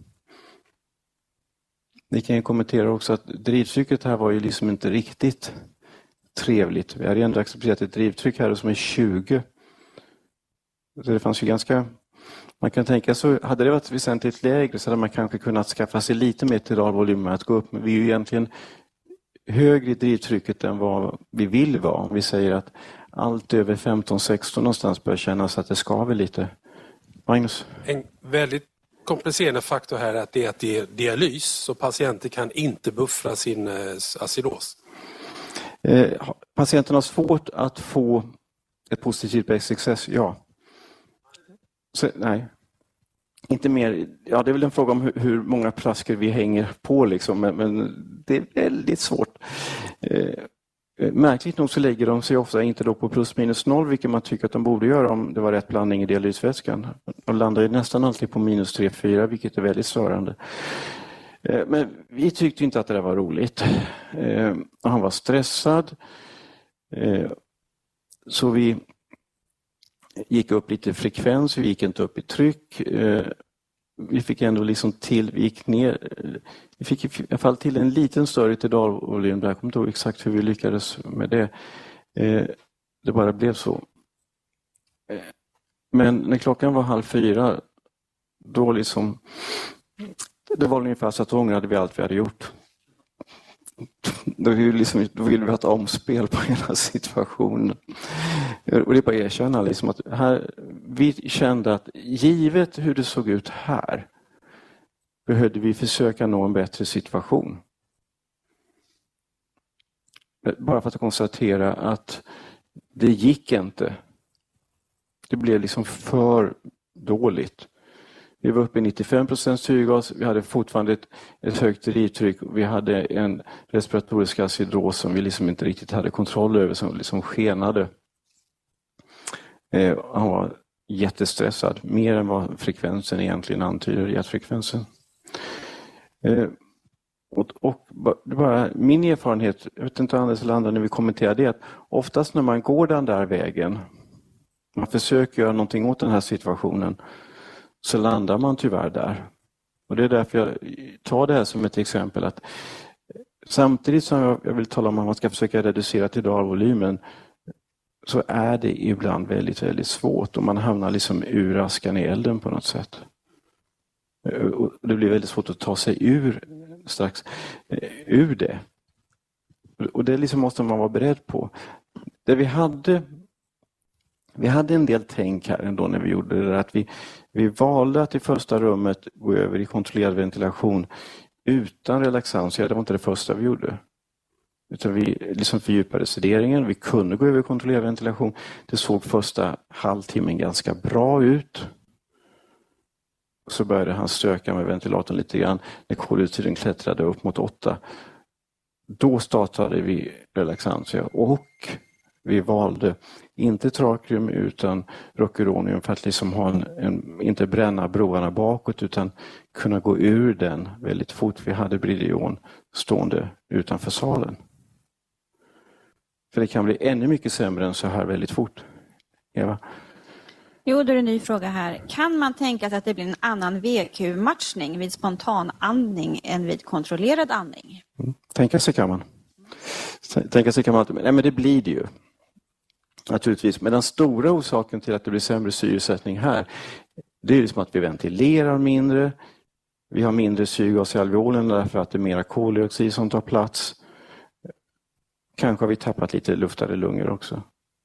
Ni kan ju kommentera också att drivtrycket här var ju liksom inte riktigt trevligt. Vi hade ändå accepterat ett drivtryck här som är 20. Så det fanns ju ganska... Man kan tänka så, hade det varit väsentligt lägre så hade man kanske kunnat skaffa sig lite mer tidalvolym med att gå upp. Men vi är ju egentligen högre i drivtrycket än vad vi vill vara. Om vi säger att allt över 15-16 någonstans bör kännas att det skaver lite. Magnus? En väldigt komplicerande faktor här är att det är dialys, så patienter kan inte buffra sin acidos. Patienten har svårt att få ett positivt BX6S, ja. Så, nej. Inte mer. Ja, det är väl en fråga om hur många plaskor vi hänger på liksom, men det är väldigt svårt. Märkligt nog så lägger de sig ofta inte då på plus minus 0, vilket man tycker att de borde göra om det var rätt blandning i dialysvätskan. De landar ju nästan alltid på minus 3-4, vilket är väldigt störande. Men vi tyckte inte att det där var roligt. Han var stressad. Så vi gick upp lite frekvens, vi gick inte upp i tryck. Vi fick ändå liksom vi gick ner. Vi fick i alla fall till en liten större tidalvolym. Jag kommer inte ihåg exakt hur vi lyckades med det. Det bara blev så. Men när klockan var 3:30, då liksom... Det var ungefär så att då ångrade vi allt vi hade gjort. Då ville vi ha ett omspel på hela situationen. Och det är bara att erkänna liksom att vi kände att givet hur det såg ut här behövde vi försöka nå en bättre situation. Bara för att konstatera att det gick inte. Det blev liksom för dåligt. Vi var uppe i 95% syrgas, vi hade fortfarande ett högt drivtryck, vi hade en respiratorisk acidros som vi liksom inte riktigt hade kontroll över, som liksom skenade. Han var jättestressad, mer än vad frekvensen egentligen antyder, hjärtfrekvensen. Och bara min erfarenhet, jag vet inte Anders eller andra när vi kommenterar det, att oftast när man går den där vägen, man försöker göra någonting åt den här situationen, så landar man tyvärr där. Och det är därför jag tar det här som ett exempel, att samtidigt som jag vill tala om att man ska försöka reducera tidalvolymen, så är det ibland väldigt, väldigt svårt och man hamnar liksom ur askan i elden på något sätt. Och det blir väldigt svårt att ta sig ur det. Och det liksom måste man vara beredd på. Det vi hade en del tänk här ändå när vi gjorde det där, att vi valde att i första rummet gå över i kontrollerad ventilation utan relaxans. Det var inte det första vi gjorde. Utan vi liksom fördjupade sederingen. Vi kunde gå över i kontrollerad ventilation. Det såg första halvtimmen ganska bra ut. Så började han stöka med ventilatorn lite grann. När koldioxiden klättrade upp mot 8. Då startade vi relaxantia och vi valde inte trakium utan rocuronium för att liksom ha inte bränna broarna bakåt utan kunna gå ur den väldigt fort. Vi hade Bridion stående utanför salen. För det kan bli ännu mycket sämre än så här väldigt fort. Eva? Jo, då är det en ny fråga här. Kan man tänka sig att det blir en annan VQ-matchning vid spontan andning än vid kontrollerad andning? Tänka sig kan man. Nej, men det blir det ju. Naturligtvis. Men den stora orsaken till att det blir sämre syresättning här, det är liksom att vi ventilerar mindre. Vi har mindre syrgas i alveolen därför att det är mera koldioxid som tar plats. Kanske har vi tappat lite luftade lungor också.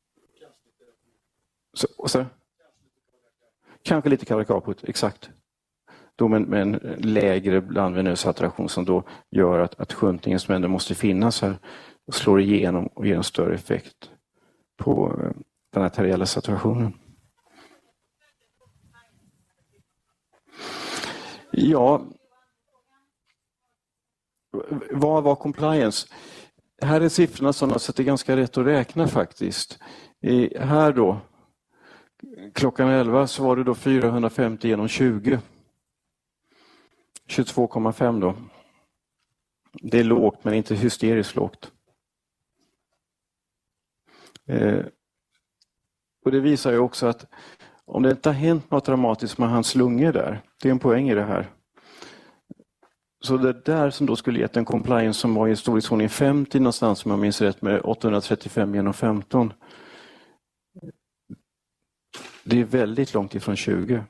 Så. Kanske lite kardiakaput, exakt. Då med en lägre blandvenös saturation som då gör att shuntningen som ändå måste finnas här slår igenom och ger en större effekt på den arteriella saturationen. Ja, vad var compliance? Här är siffrorna sådana så att det är ganska rätt att räkna faktiskt. Här då, klockan 11 så var det då 450 genom 20. 22,5 då. Det är lågt men inte hysteriskt lågt. Och det visar ju också att om det inte har hänt något dramatiskt med hans lungor där, det är en poäng i det här. Så det där som då skulle gett en compliance som var i storleksordning 50 någonstans, om jag minns rätt, med 835 genom 15. Det är väldigt långt ifrån 20.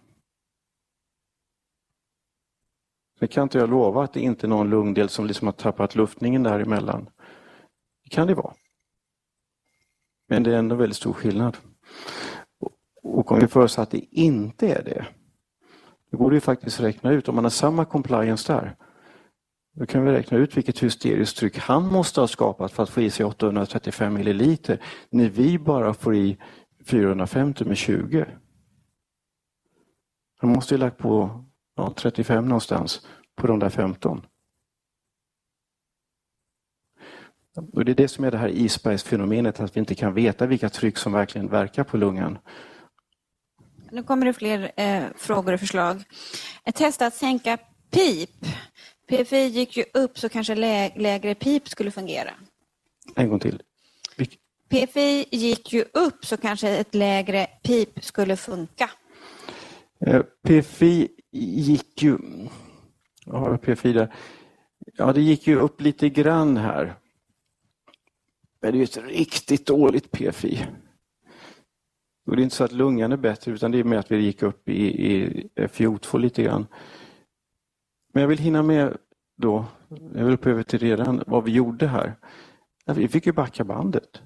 Det kan inte jag lova att det inte är någon lungdel som liksom har tappat luftningen däremellan. Det kan det vara. Men det är ändå väldigt stor skillnad. Och om vi förutsätter att det inte är det, då går det ju faktiskt räkna ut, om man har samma compliance där, då kan vi räkna ut vilket hysteriskt tryck han måste ha skapat för att få i sig 835 milliliter, när vi bara får i 450 med 20. Han måste ju lagt på 35 någonstans på de där 15. Och det är det som är det här isbergsfenomenet, att vi inte kan veta vilka tryck som verkligen verkar på lungan. Nu kommer det fler frågor och förslag. Ett test att sänka pip. PFI gick ju upp så kanske lägre pip skulle fungera. En gång till. PFI gick ju upp så kanske ett lägre pip skulle funka. PFI gick ju... Ja, PFI där. Ja, det gick ju upp lite grann här. Men det är ju ett riktigt dåligt PFI. Och det är inte så att lungan är bättre, utan det är med att vi gick upp i FiO2 lite grann. Men jag vill hinna med då, jag vill upp över till redan vad vi gjorde här. Vi fick ju backa bandet.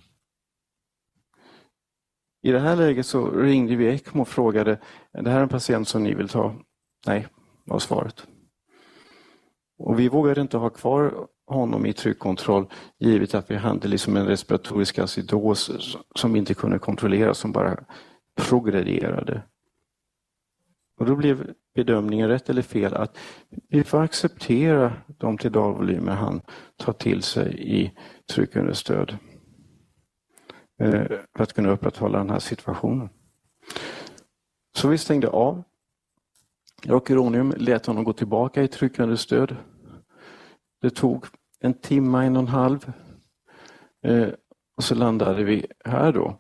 I det här läget så ringde vi ECMO och frågade, är det här en patient som ni vill ta? Nej, var svaret. Och vi vågade inte ha kvar honom i tryckkontroll, givet att vi hade liksom en respiratorisk acidos som vi inte kunde kontrollera, som bara progredierade. Och då blev bedömningen, rätt eller fel, att vi får acceptera de tidalvolymer han tar till sig i tryckunderstöd för att kunna upprätthålla den här situationen. Så vi stängde av. Rocuronium lät honom gå tillbaka i tryckunderstöd. Det tog 1 timme, 1,5. Och så landade vi här då.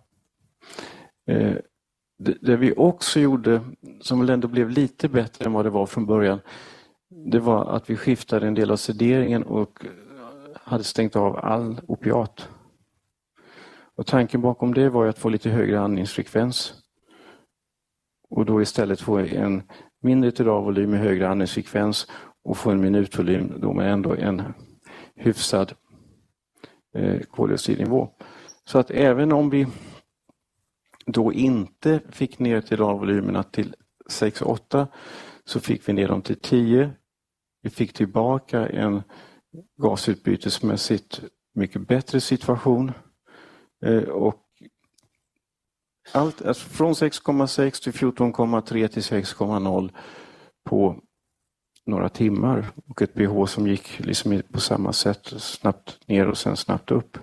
Det vi också gjorde, som väl ändå blev lite bättre än vad det var från början, det var att vi skiftade en del av sederingen och hade stängt av all opiat. Och tanken bakom det var att få lite högre andningsfrekvens. Och då istället få en mindre tidalvolym med högre andningsfrekvens och få en minutvolym då med ändå en hyfsad koldioxidnivå. Så att även om vi då inte fick ner tidalvolymerna till 6-8, så fick vi ner dem till 10. Vi fick tillbaka en gasutbytesmässigt mycket bättre situation. Och allt, alltså från 6,6 till 14,3 till 6,0 på några timmar. Och ett BH som gick liksom på samma sätt, snabbt ner och sen snabbt upp.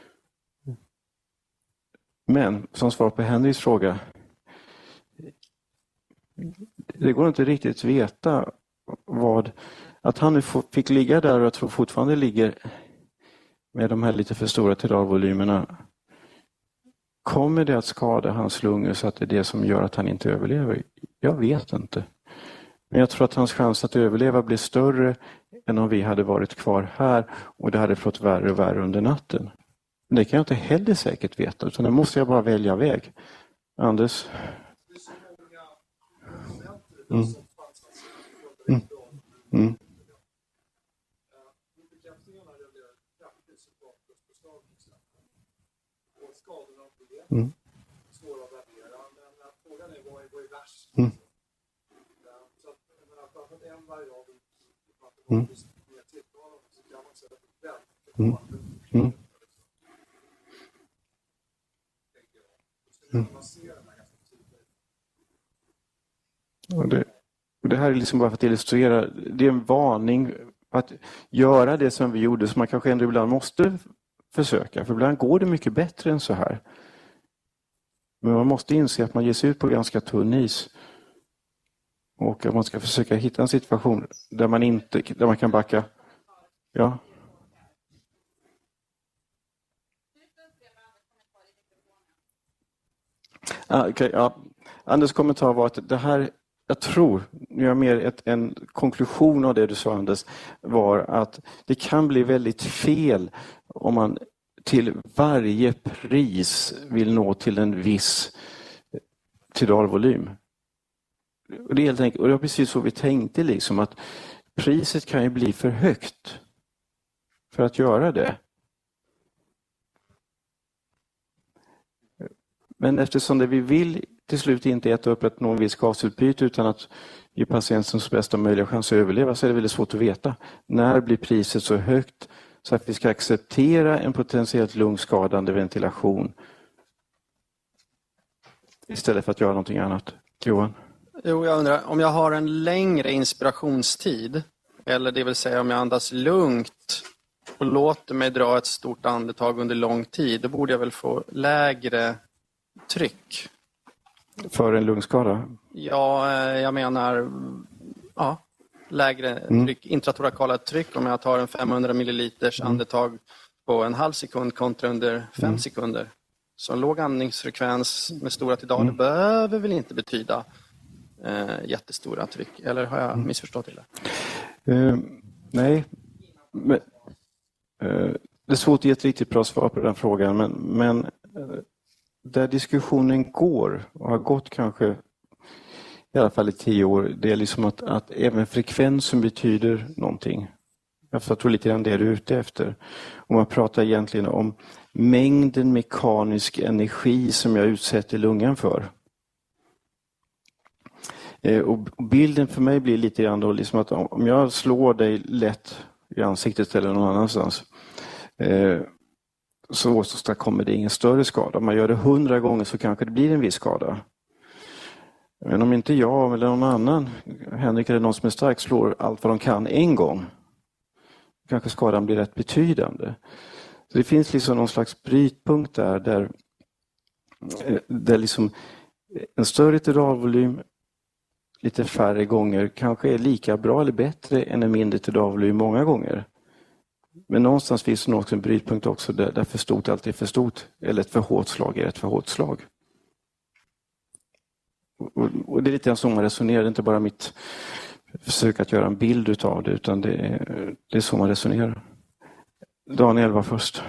Men som svar på Henrys fråga, det går inte riktigt veta att han nu fick ligga där, och jag tror fortfarande ligger med de här lite för stora tidalvolymerna. Kommer det att skada hans lungor så att det är det som gör att han inte överlever? Jag vet inte. Men jag tror att hans chans att överleva blir större än om vi hade varit kvar här och det hade fått värre och värre under natten. Men det kan jag inte heller säkert veta, utan det måste jag bara välja väg. Anders? Mm. Mm. Mm. Mm. Mm. Mm. Mm. Mm. Mm. Och det här är liksom bara för att illustrera, det är en varning att göra det som vi gjorde, som man kanske ändå ibland måste försöka, för ibland går det mycket bättre än så här. Men man måste inse att man ger sig ut på ganska tunn is och att man ska försöka hitta en situation där man kan backa. Ja. Anders kommentar var att det här, jag tror, nu är jag mer en konklusion av det du sa Anders, var att det kan bli väldigt fel om man till varje pris vill nå till en viss tidalvolym. Och det är helt enkelt, och det var precis så vi tänkte liksom, att priset kan ju bli för högt för att göra det. Men eftersom det vi vill till slut inte är att äta upp ett någon viss gasutbyte utan att ge patienten så bästa möjliga chans att överleva, så är det väldigt svårt att veta. När blir priset så högt så att vi ska acceptera en potentiellt lungskadande ventilation istället för att göra någonting annat? Johan? Jo, jag undrar, om jag har en längre inspirationstid, eller det vill säga om jag andas lugnt och låter mig dra ett stort andetag under lång tid, då borde jag väl få lägre tryck. För en lungskada? Ja, jag menar lägre tryck, intratorakala tryck om jag tar en 500 milliliters andetag på en halv sekund kontra under 5 sekunder. Så låg andningsfrekvens med stora tidaler behöver väl inte betyda jättestora tryck. Eller har jag missförstått det? Nej. Men, det är svårt att ge ett riktigt bra svar på den frågan. Men där diskussionen går och har gått kanske i alla fall i 10 år, det är liksom att även frekvensen betyder någonting. Jag tror lite grann det du är ute efter. Och man pratar egentligen om mängden mekanisk energi som jag utsätter lungan för. Och bilden för mig blir lite grann då liksom att om jag slår dig lätt i ansiktet eller någon annanstans, så kommer det ingen större skada. Om man gör det 100 gånger så kanske det blir en viss skada. Men om inte jag eller någon annan, Henrik eller någon som är stark, slår allt vad de kan en gång, kanske skadan blir rätt betydande. Så det finns liksom någon slags brytpunkt där liksom en större tidalvolym lite färre gånger kanske är lika bra eller bättre än en mindre tidalvolym många gånger. Men någonstans finns det också en brytpunkt också där för stort alltid är för stort, eller ett för hårt slag är ett för hårt slag. Och det är lite grann som man resonerar, det är inte bara mitt försök att göra en bild utav det, utan det är så man resonerar. Daniel var först.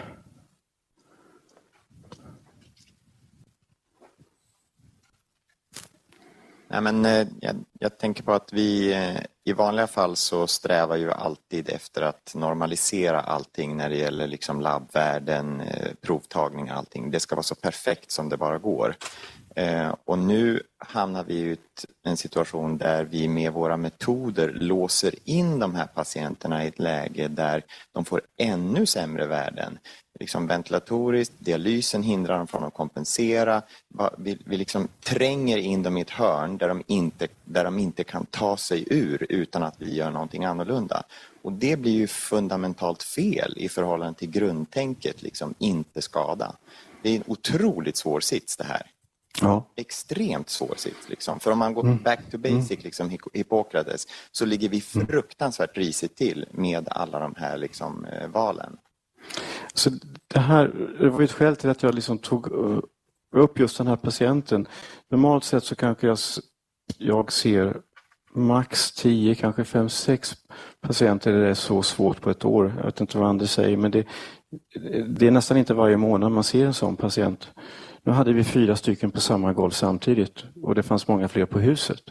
Nej, men jag tänker på att vi i vanliga fall så strävar ju alltid efter att normalisera allting när det gäller liksom labbvärden, provtagning, allting. Det ska vara så perfekt som det bara går. Och nu hamnar vi i en situation där vi med våra metoder låser in de här patienterna i ett läge där de får ännu sämre värden. Liksom ventilatoriskt, dialysen hindrar dem från att kompensera. Vi liksom tränger in dem i ett hörn där de inte kan ta sig ur utan att vi gör någonting annorlunda. Och det blir ju fundamentalt fel i förhållande till grundtänket, liksom inte skada. Det är en otroligt svår sits det här. Ja. Extremt svår sits liksom. För om man går back to basic, liksom Hippokrates, så ligger vi fruktansvärt risigt till med alla de här liksom, valen. Så det var ett skäl till att jag liksom tog upp just den här patienten. Normalt sett så kanske jag ser max 10, kanske 5-6 patienter där det är så svårt på ett år. Jag vet inte vad Anders säger, men det är nästan inte varje månad man ser en sån patient. Nu hade vi 4 stycken på samma golv samtidigt och det fanns många fler på huset.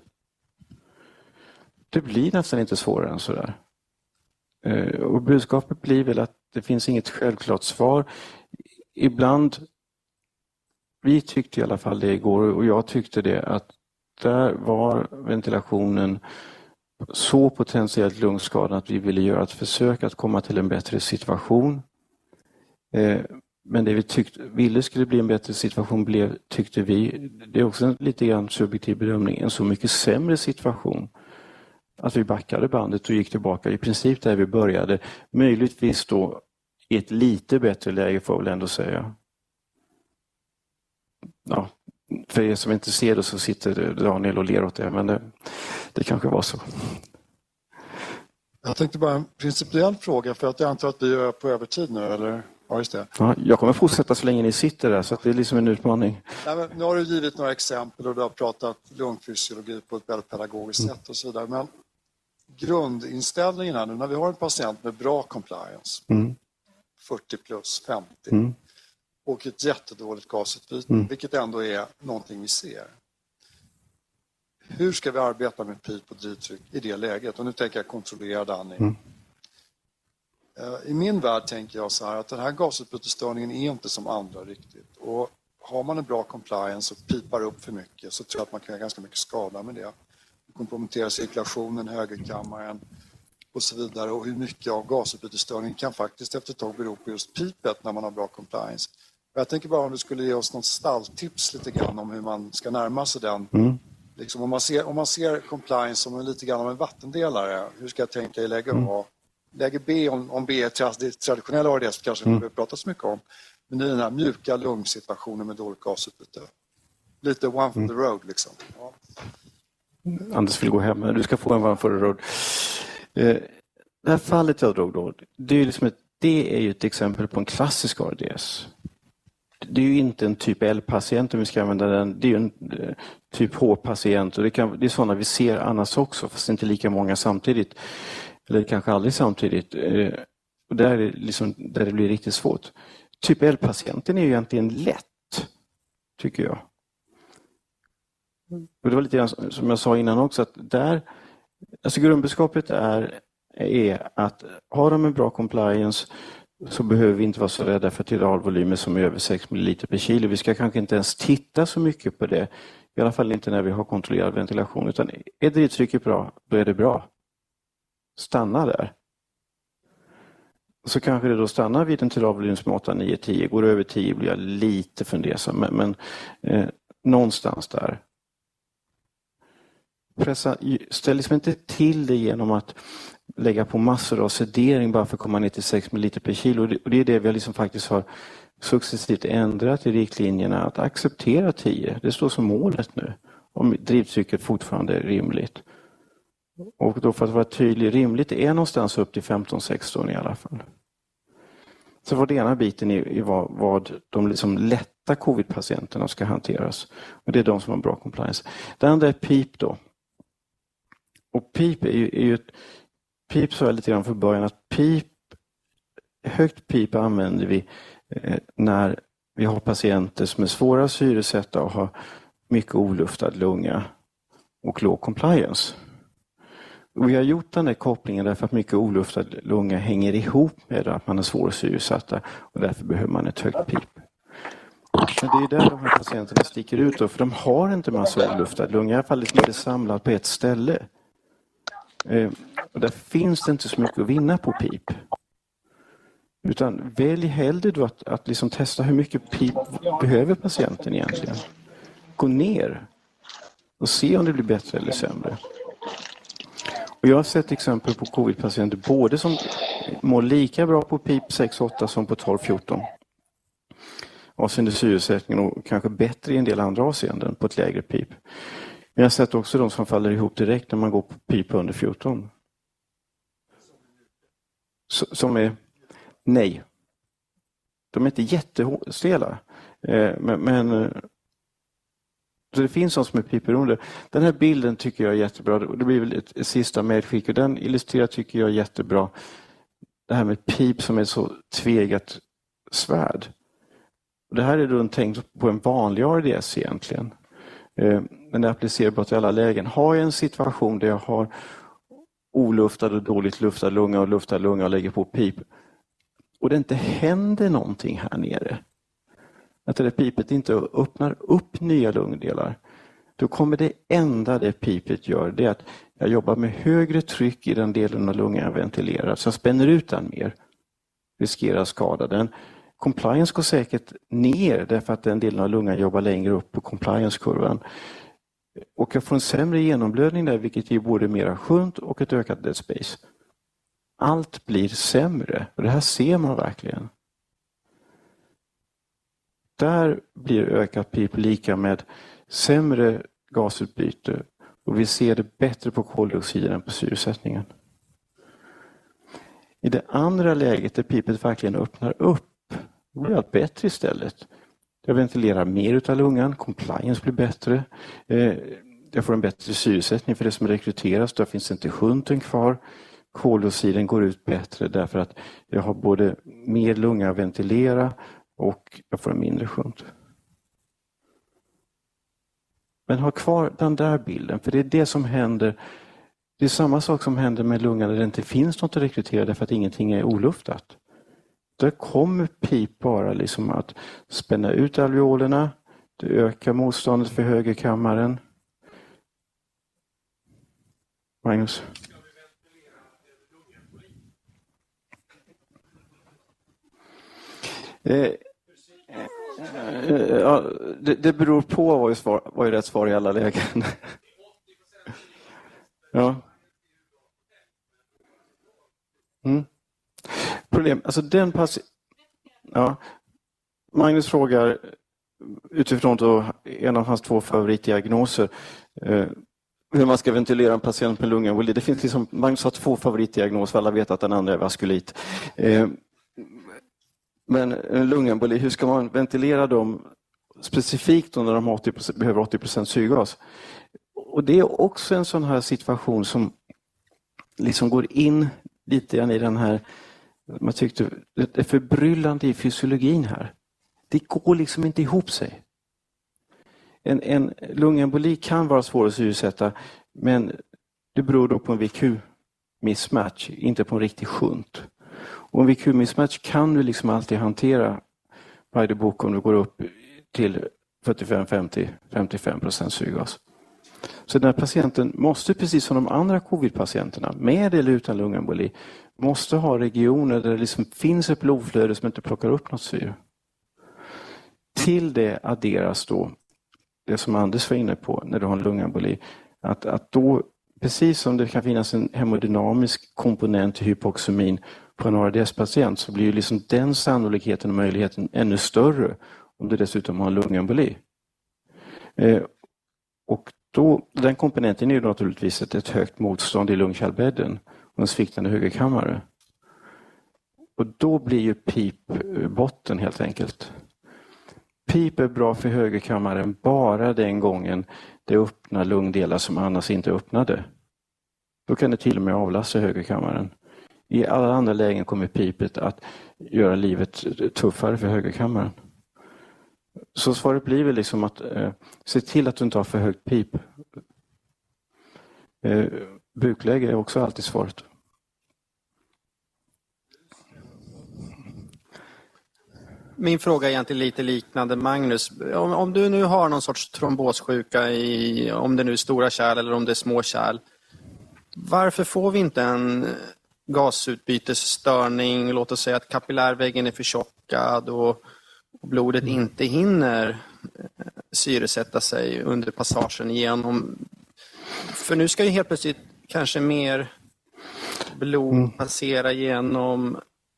Det blir nästan inte svårare än sådär. Och budskapet blir väl att det finns inget självklart svar. Ibland, vi tyckte i alla fall det igår och jag tyckte det, att där var ventilationen så potentiellt lungskadad att vi ville göra ett försök att komma till en bättre situation. Men det vi ville skulle bli en bättre situation tyckte vi, det är också en lite grann subjektiv bedömning, en så mycket sämre situation att vi backade bandet och gick tillbaka i princip där vi började. Möjligtvis då i ett lite bättre läge, får jag väl ändå säga. Ja, för er som inte ser det så sitter Daniel och ler åt det, men det kanske var så. Jag tänkte bara en principiell fråga, för att jag antar att vi är på övertid nu, eller? Ja, just det. Ja, jag kommer fortsätta så länge ni sitter där, så att det är liksom en utmaning. Nej, men nu har du givit några exempel och du har pratat lungfysiologi på ett väldigt pedagogiskt sätt och så vidare. Men grundinställningen här nu, när vi har en patient med bra compliance, 40 plus 50, och ett jättedåligt gasutbyte, vilket ändå är någonting vi ser. Hur ska vi arbeta med PIP och drivtryck i det läget? Och nu tänker jag kontrollerad andning. I min värld tänker jag så här att den här gasutbytesstörningen är inte som andra riktigt. Och har man en bra compliance och pipar upp för mycket så tror jag att man kan göra ganska mycket skada med det. Kompromettera cirkulationen, högerkammaren och så vidare. Och hur mycket av gasutbytesstörningen kan faktiskt efter ett tag bero på just pipet när man har bra compliance. Jag tänker bara om du skulle ge oss något stalltips lite grann om hur man ska närma sig den. Liksom om man ser compliance som lite grann av en vattendelare, hur ska jag tänka i läge A? Läge B, om B är traditionella ARDS kanske vi pratar så mycket om. Men i den här mjuka lungsituationen med dåligt gasutbyte. Lite one for the road liksom. Ja. Anders vill gå hem, men du ska få en one for the road. Det här fallet jag drog då, det är ju ett exempel på en klassisk ARDS. Det är ju inte en typ L-patient om vi ska använda den. Det är ju en typ H-patient och det är sådana vi ser annars också, fast inte lika många samtidigt. Eller kanske aldrig samtidigt. Och där det blir riktigt svårt. Typ L-patienten är ju egentligen lätt, tycker jag. Och det var lite grann som jag sa innan också, att grundbudskapet är att har de en bra compliance så behöver vi inte vara så rädda för tidalvolymer som är över 6 ml per kilo. Vi ska kanske inte ens titta så mycket på det. I alla fall inte när vi har kontrollerad ventilation. Utan är drivtrycket bra, då är det bra. Stanna där. Så kanske det då stannar vid en tidalvolym som 8, 9, 10. Går över 10 blir jag lite fundersam. Men någonstans där. Ställ liksom inte till det genom att lägga på massor av sedering bara för att komma ner till 6 ml per kilo. Och det är det vi liksom faktiskt har successivt ändrat i riktlinjerna, att acceptera 10. Det står som målet nu. Om drivtrycket fortfarande är rimligt. Och då för att vara tydlig, rimligt är någonstans upp till 15-16 i alla fall. Så var det ena biten i vad de liksom lätta covid-patienterna ska hanteras. Och det är de som har bra compliance. Det andra är PIP då. Och PIP är ju ett... PIP sa jag lite grann för början att högt PIP använder vi när vi har patienter som är svåra att syresätta och har mycket oluftad lunga och låg compliance. Och vi har gjort den här kopplingen därför att mycket oluftad lunga hänger ihop med att man är svår att syresätta och därför behöver man ett högt PIP. Men det är där de här patienterna sticker ut då, för de har inte massa oluftad lunga, i alla fall liksom är det samlat på ett ställe. Och där finns det inte så mycket att vinna på PIP. Utan välj hellre då att liksom testa hur mycket PIP behöver patienten egentligen. Gå ner och se om det blir bättre eller sämre. Och jag har sett exempel på covid-patienter både som mår lika bra på PIP 6-8 som på 12-14. Avseende syresättningen och kanske bättre i en del andra avseenden på ett lägre PIP. Men jag har sett också de som faller ihop direkt när man går på PIP under 14. Som är nej. De är inte jättestela. Men så det finns sånt som är PIP-beroende. Den här bilden tycker jag är jättebra. Det blir väl ett sista medskick. Och den illustrerar tycker jag jättebra. Det här med PIP som är så tvegat svärd. Och det här är då tänkt på en vanlig ARDS egentligen. Men det är applicerbart i alla lägen. Har jag en situation där jag har oluftad och dåligt luftad lunga och lägger på PIP och det inte händer någonting här nere, att det där pipet inte öppnar upp nya lungdelar, då kommer det enda det pipet gör, det är att jag jobbar med högre tryck i den delen av lungan jag ventilerar, så jag spänner ut den mer, riskerar att skada den. Compliance går säkert ner därför att den delen av lungan jobbar längre upp på compliance-kurvan. Och jag får en sämre genomblödning där, vilket ger både mera shunt och ett ökat dead space. Allt blir sämre och det här ser man verkligen. Där blir ökat PIP lika med sämre gasutbyte och vi ser det bättre på koldioxiden än på syresättningen. I det andra läget där pipet verkligen öppnar upp, Det blir allt bättre istället. Jag ventilerar mer utav lungan, compliance blir bättre. Jag får en bättre syresättning för det som rekryteras. Där finns inte shunten kvar. Koldioxiden går ut bättre därför att jag har både mer lunga att ventilera och jag får en mindre shunt. Men ha kvar den där bilden, för det är det som händer. Det är samma sak som händer med lungan när det inte finns något att rekrytera därför att ingenting är oluftat. Där kommer pip bara liksom att spänna ut alveolerna. Det ökar motståndet för högerkammaren. Magnus? Ja, det beror på vad är rätt svar i alla lägen. Ja. Problem, alltså ja. Magnus frågar utifrån då en av hans 2 favoritdiagnoser hur man ska ventilera en patient med lungemboli. Det finns liksom, Magnus har 2 favoritdiagnoser, alla vet att den andra är vaskulit. Men en lungemboli, hur ska man ventilera dem specifikt när de behöver 80% syrgas? Och det är också en sån här situation som liksom går in lite grann i den här, man tyckte, det är förbryllande i fysiologin här. Det går liksom inte ihop sig. En lungemboli kan vara svår att syresätta, men det beror då på en VQ-mismatch, inte på en riktig shunt. Och en VQ-mismatch kan du liksom alltid hantera by the book om du går upp till 45-50-55% syrgas. Så den här patienten måste, precis som de andra covid-patienterna, med eller utan lungemboli, måste ha regioner där det liksom finns ett blodflöde som inte plockar upp något syre. Till det adderas då det som Anders var inne på när du har en lungemboli, att då, precis som det kan finnas en hemodynamisk komponent i hypoxemin på en ARDS-patient, så blir ju liksom den sannolikheten och möjligheten ännu större om du dessutom har en lungemboli. Och då, den komponenten är ju naturligtvis ett högt motstånd i lungkärlbädden och en sviktande högerkammare. Och då blir ju PEEP botten helt enkelt. PEEP är bra för högerkammaren bara den gången det öppnar lungdelar som annars inte öppnade. Då kan det till och med avlasta högerkammaren. I alla andra lägen kommer PEEPet att göra livet tuffare för högerkammaren. Så svaret blir väl liksom att se till att du inte har för högt PEEP. Bukläge är också alltid svaret. Min fråga är egentligen lite liknande Magnus. Om du nu har någon sorts trombossjuka i, om det nu är stora kärl eller om det är små kärl, varför får vi inte en gasutbytesstörning? Låt oss säga att kapillärväggen är förtjockad och blodet inte hinner syresätta sig under passagen igenom. För nu ska ju helt plötsligt kanske mer blod passera genom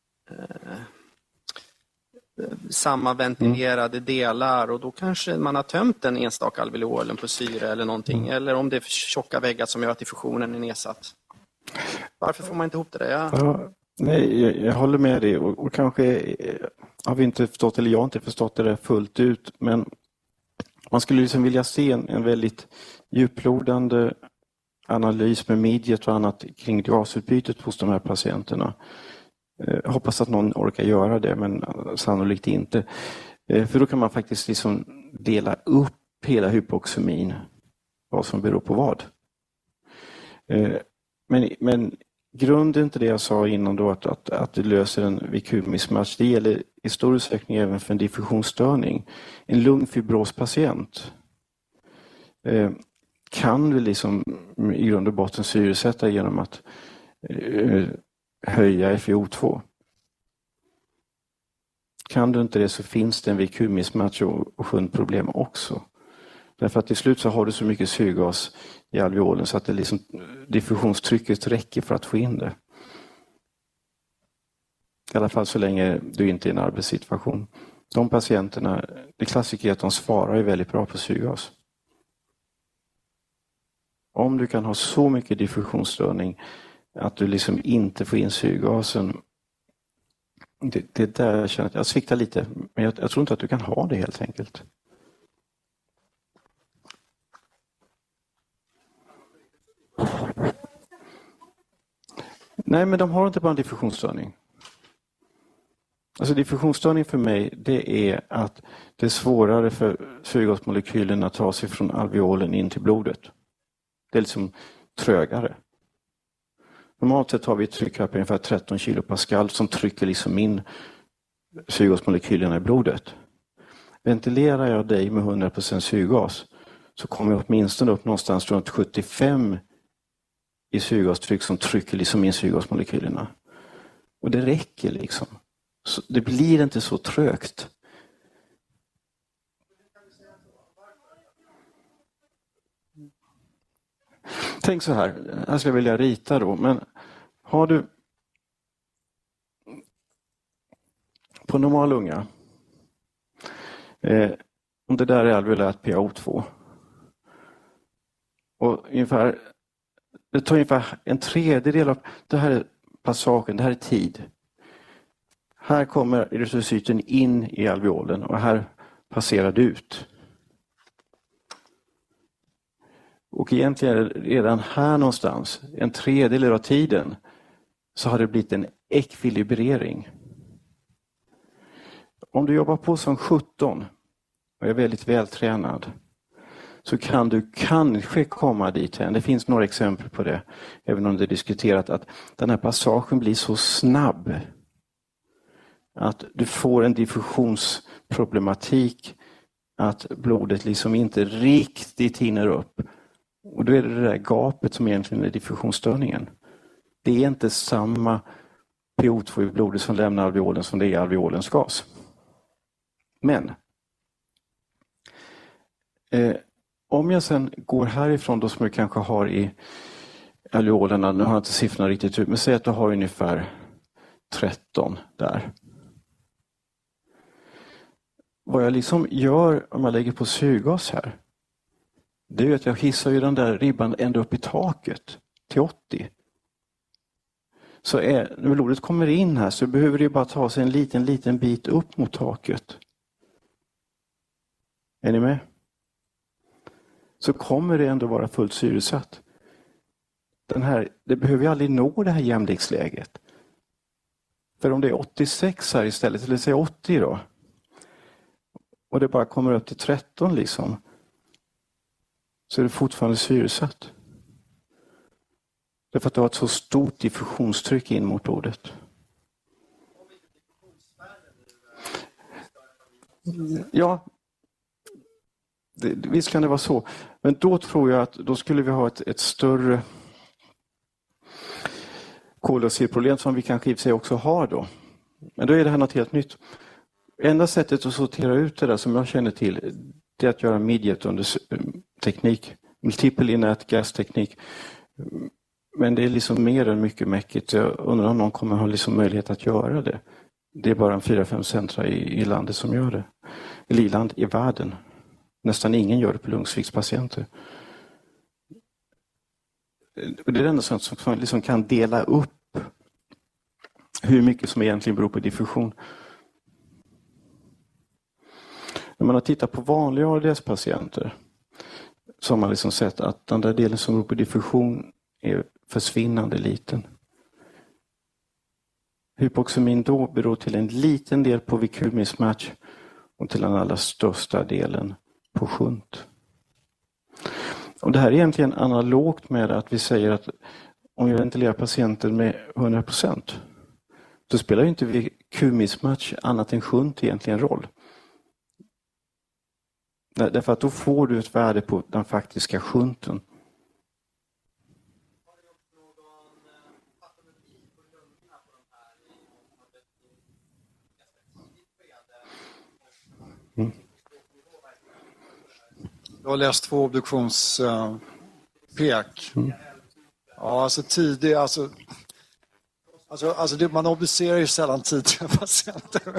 samma ventilerade delar, och då kanske man har tömt den enstaka alveolen på syre eller någonting, eller om det är tjocka väggar som gör att diffusionen är nedsatt. Varför får man inte ihop det där? Ja, nej, jag håller med dig, och kanske har vi inte förstått, eller jag har inte förstått det där fullt ut, men man skulle liksom vilja se en väldigt djuplodande analys med midget och annat kring gasutbytet hos de här patienterna. Jag hoppas att någon orkar göra det, men sannolikt inte. För då kan man faktiskt liksom dela upp hela hypoxemin, vad som beror på vad. Men grunden till det jag sa innan då, att du löser en VQ-mismatch, det gäller i stor utsträckning även för en diffusionsstörning. En lungfibrospatient kan du liksom i grund och botten syresätta genom att höja FiO2. Kan du inte det, så finns det en VQ-mismatch och shundproblem också. Därför att till slut så har du så mycket syrgas i alveolen så att det liksom, diffusionstrycket räcker för att få in det. I alla fall så länge du inte är i en arbetssituation. De patienterna, det klassiker är att de svarar ju väldigt bra på syrgas. Om du kan ha så mycket diffusionsstörning att du liksom inte får in syrgasen, Det är där jag känner att jag sviktar lite. Men jag tror inte att du kan ha det helt enkelt. Nej, men de har inte bara en diffusionsstörning. Alltså diffusionsstörning för mig, det är att det är svårare för syrgasmolekylerna att ta sig från alveolen in till blodet. Det är liksom trögare. Normalt sett har vi ett tryck här på ungefär 13 kilopascal som trycker liksom in syrgasmolekylerna i blodet. Ventilerar jag dig med 100% syrgas så kommer jag åtminstone upp någonstans runt 75 i syrgastryck som trycker liksom in syrgasmolekylerna. Och det räcker liksom. Så det blir inte så trögt. Tänk så här, jag skulle vilja rita då, men har du på normal lunga, om det där är alveolärt PaO2 och det tar ungefär en tredjedel av det här är passagen, det här är tid. Här kommer erytrocyten in i alveolen och här passerar det ut. Och egentligen är det redan här någonstans, en tredjedel av tiden, så har det blivit en ekvilibrering. Om du jobbar på som 17 och är väldigt vältränad så kan du kanske komma dit än. Det finns några exempel på det, även om det är diskuterat att den här passagen blir så snabb att du får en diffusionsproblematik, att blodet liksom inte riktigt hinner upp. Och då är det där gapet som egentligen är diffusionsstörningen. Det är inte samma PO2 i blodet som lämnar alveolen som det är alveolens gas. Men om jag sen går härifrån då som du kanske har i alveolerna, nu har jag inte siffrorna riktigt ut, men säg att du har ungefär 13 där. Vad jag liksom gör om jag lägger på syrgas här, det är att jag hissar ju den där ribban ända upp i taket till 80. Så när blodet kommer in här så behöver det bara ta sig en liten bit upp mot taket. Är ni med? Så kommer det ändå vara fullt syresatt. Det behöver ju aldrig nå det här jämviktsläget. För om det är 86 här istället, eller säg 80 då, och det bara kommer upp till 13 liksom, så är det fortfarande syresatt. Därför att du har ett så stort diffusionstryck in mot blodet. Ja, visst kan det vara så. Men då tror jag att då skulle vi ha ett större koldioxidproblem som vi kanske i och för sig också har då. Men då är det här något helt nytt. Enda sättet att sortera ut det där som jag känner till, det är att göra midget under teknik, multiple inert gas-teknik. Men det är liksom mer än mycket mäckigt. Jag undrar om någon kommer ha liksom möjlighet att göra det. Det är bara 4-5 centra i landet som gör det. Eller i världen. Nästan ingen gör det på lungsviktspatienter. Det är det enda som liksom kan dela upp hur mycket som egentligen beror på diffusion. När man har tittat på vanliga ARDS-patienter så har man liksom sett att den där delen som beror på diffusion är försvinnande liten. Hypoxemin då beror till en liten del på VQ-mismatch och till den allra största delen på shunt. Och det här är egentligen analogt med att vi säger att om vi ventilerar patienter med 100% så spelar ju inte VQ-mismatch annat än shunt egentligen roll. Därför att då får du ett värde på den faktiska shunten. Mm. Jag har läst 2 obduktionspek. Ja, alltså tidig, man obducerar ju sällan tidiga patienter.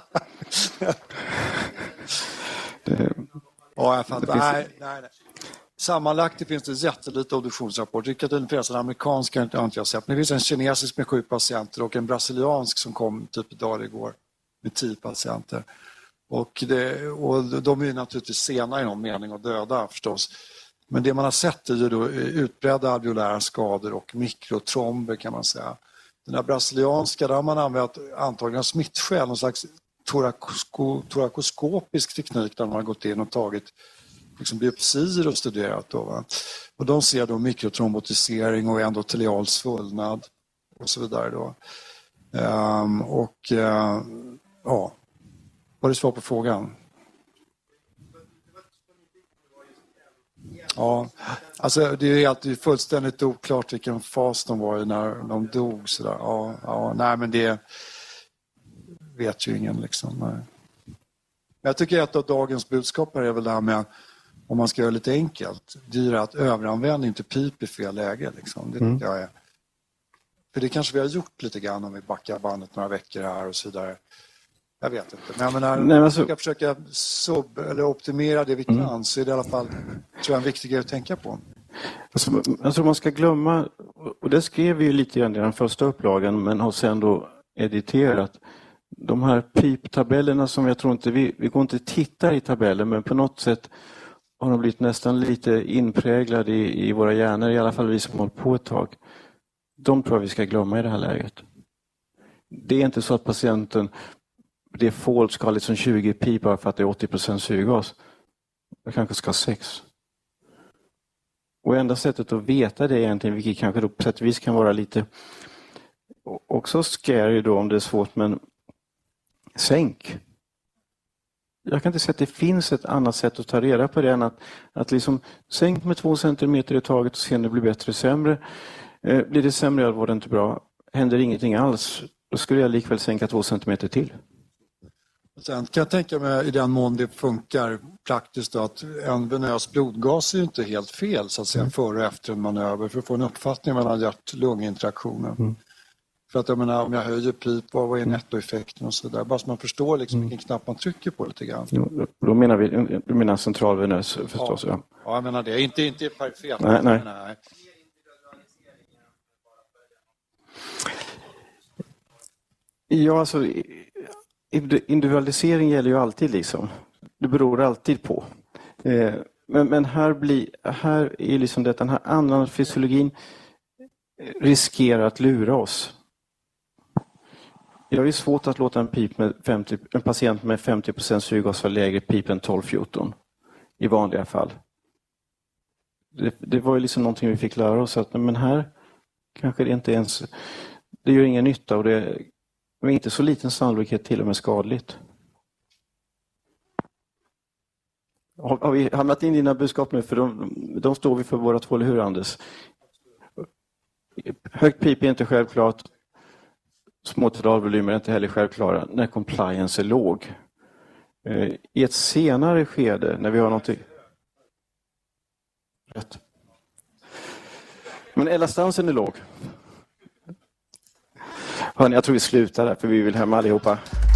Ja, jag fattar. Nej. Sammanlagt finns det jättelite obduktionsrapport. Rikatin finns en amerikansk har inte jag sett. Men det finns en kinesisk med 7 patienter och en brasiliansk som kom typ idag igår med 10 patienter. Och de är ju naturligtvis sena i någon mening och döda förstås. Men det man har sett är ju då utbredda alveolära skador och mikrotromber kan man säga. Den här brasilianska, där har man använt antagligen smittskäl, någon slags torakoskopisk teknik där man har gått in och tagit liksom biopsier och studerat. Då, va? Och de ser då mikrotrombotisering och endotelial svullnad och så vidare. Då. Ja, var det svar på frågan? Ja, alltså det är alltid fullständigt oklart vilken fas de var i när de dog. Så där. Ja, nej men det vet ju ingen liksom. Nej. Men jag tycker att dagens budskap är väl det här med, om man ska göra lite enkelt, det är att överanvändning till pip i fel läge. Liksom. Det tycker jag är. För det kanske vi har gjort lite grann om vi backar bandet några veckor här och så vidare. Jag vet inte. Men jag menar, vi ska försöka optimera det vi kan, så är det i alla fall tror jag, en viktig grej att tänka på. Alltså man ska glömma, och det skrev vi ju lite grann i den första upplagan, men har sen då editerat. De här piptabellerna som jag tror inte, vi går inte titta i tabeller, men på något sätt har de blivit nästan lite inpräglade i våra hjärnor, i alla fall vi som hållit på ett tag. De tror jag vi ska glömma i det här läget. Det är inte så att patienten default ska ha liksom 20 pip bara för att det är 80% syrgas. Jag kanske ska ha 6. Och enda sättet att veta det egentligen, vilket kanske då på sätt och vis kan vara lite också scary då om det är svårt, men sänk. Jag kan inte säga att det finns ett annat sätt att ta reda på det än att liksom sänk med 2 centimeter i taget och se om det blir bättre sämre. Blir det sämre var det inte bra. Händer ingenting alls, då skulle jag likväl sänka 2 centimeter till. Sen kan jag tänka mig i den mån det funkar praktiskt då, att en venös blodgas är ju inte helt fel så att säga före och efter en manöver för att få en uppfattning mellan hjärt-lunginteraktionen. För att jag menar, om jag höjer pip, vad är nettoeffekten och så där. Bara så man förstår liksom vilken knapp man trycker på lite grann. Då menar du menar centralvenös förstås. Ja, jag menar det. Inte perifert. Nej. Ja, alltså individualisering gäller ju alltid liksom. Det beror alltid på. Men här är liksom det, den här andra fysiologin riskerar att lura oss. Jag är svårt att låta en patient med 50% syrgas ha lägre pip än 12-14 i vanliga fall. Det var ju liksom någonting vi fick lära oss att men här kanske det inte ens, det gör ingen nytta och det är inte så liten sannolikhet till och med skadligt. Har vi hamnat in i dina budskap nu? För de står vi för båda två, eller hur Anders? Högt pip är inte självklart. Små tidalvolymer är inte heller självklara när compliance är låg. I ett senare skede när vi har någonting... Rätt. Men elastansen är låg. Hörrni, jag tror vi slutar där för vi vill hem allihopa.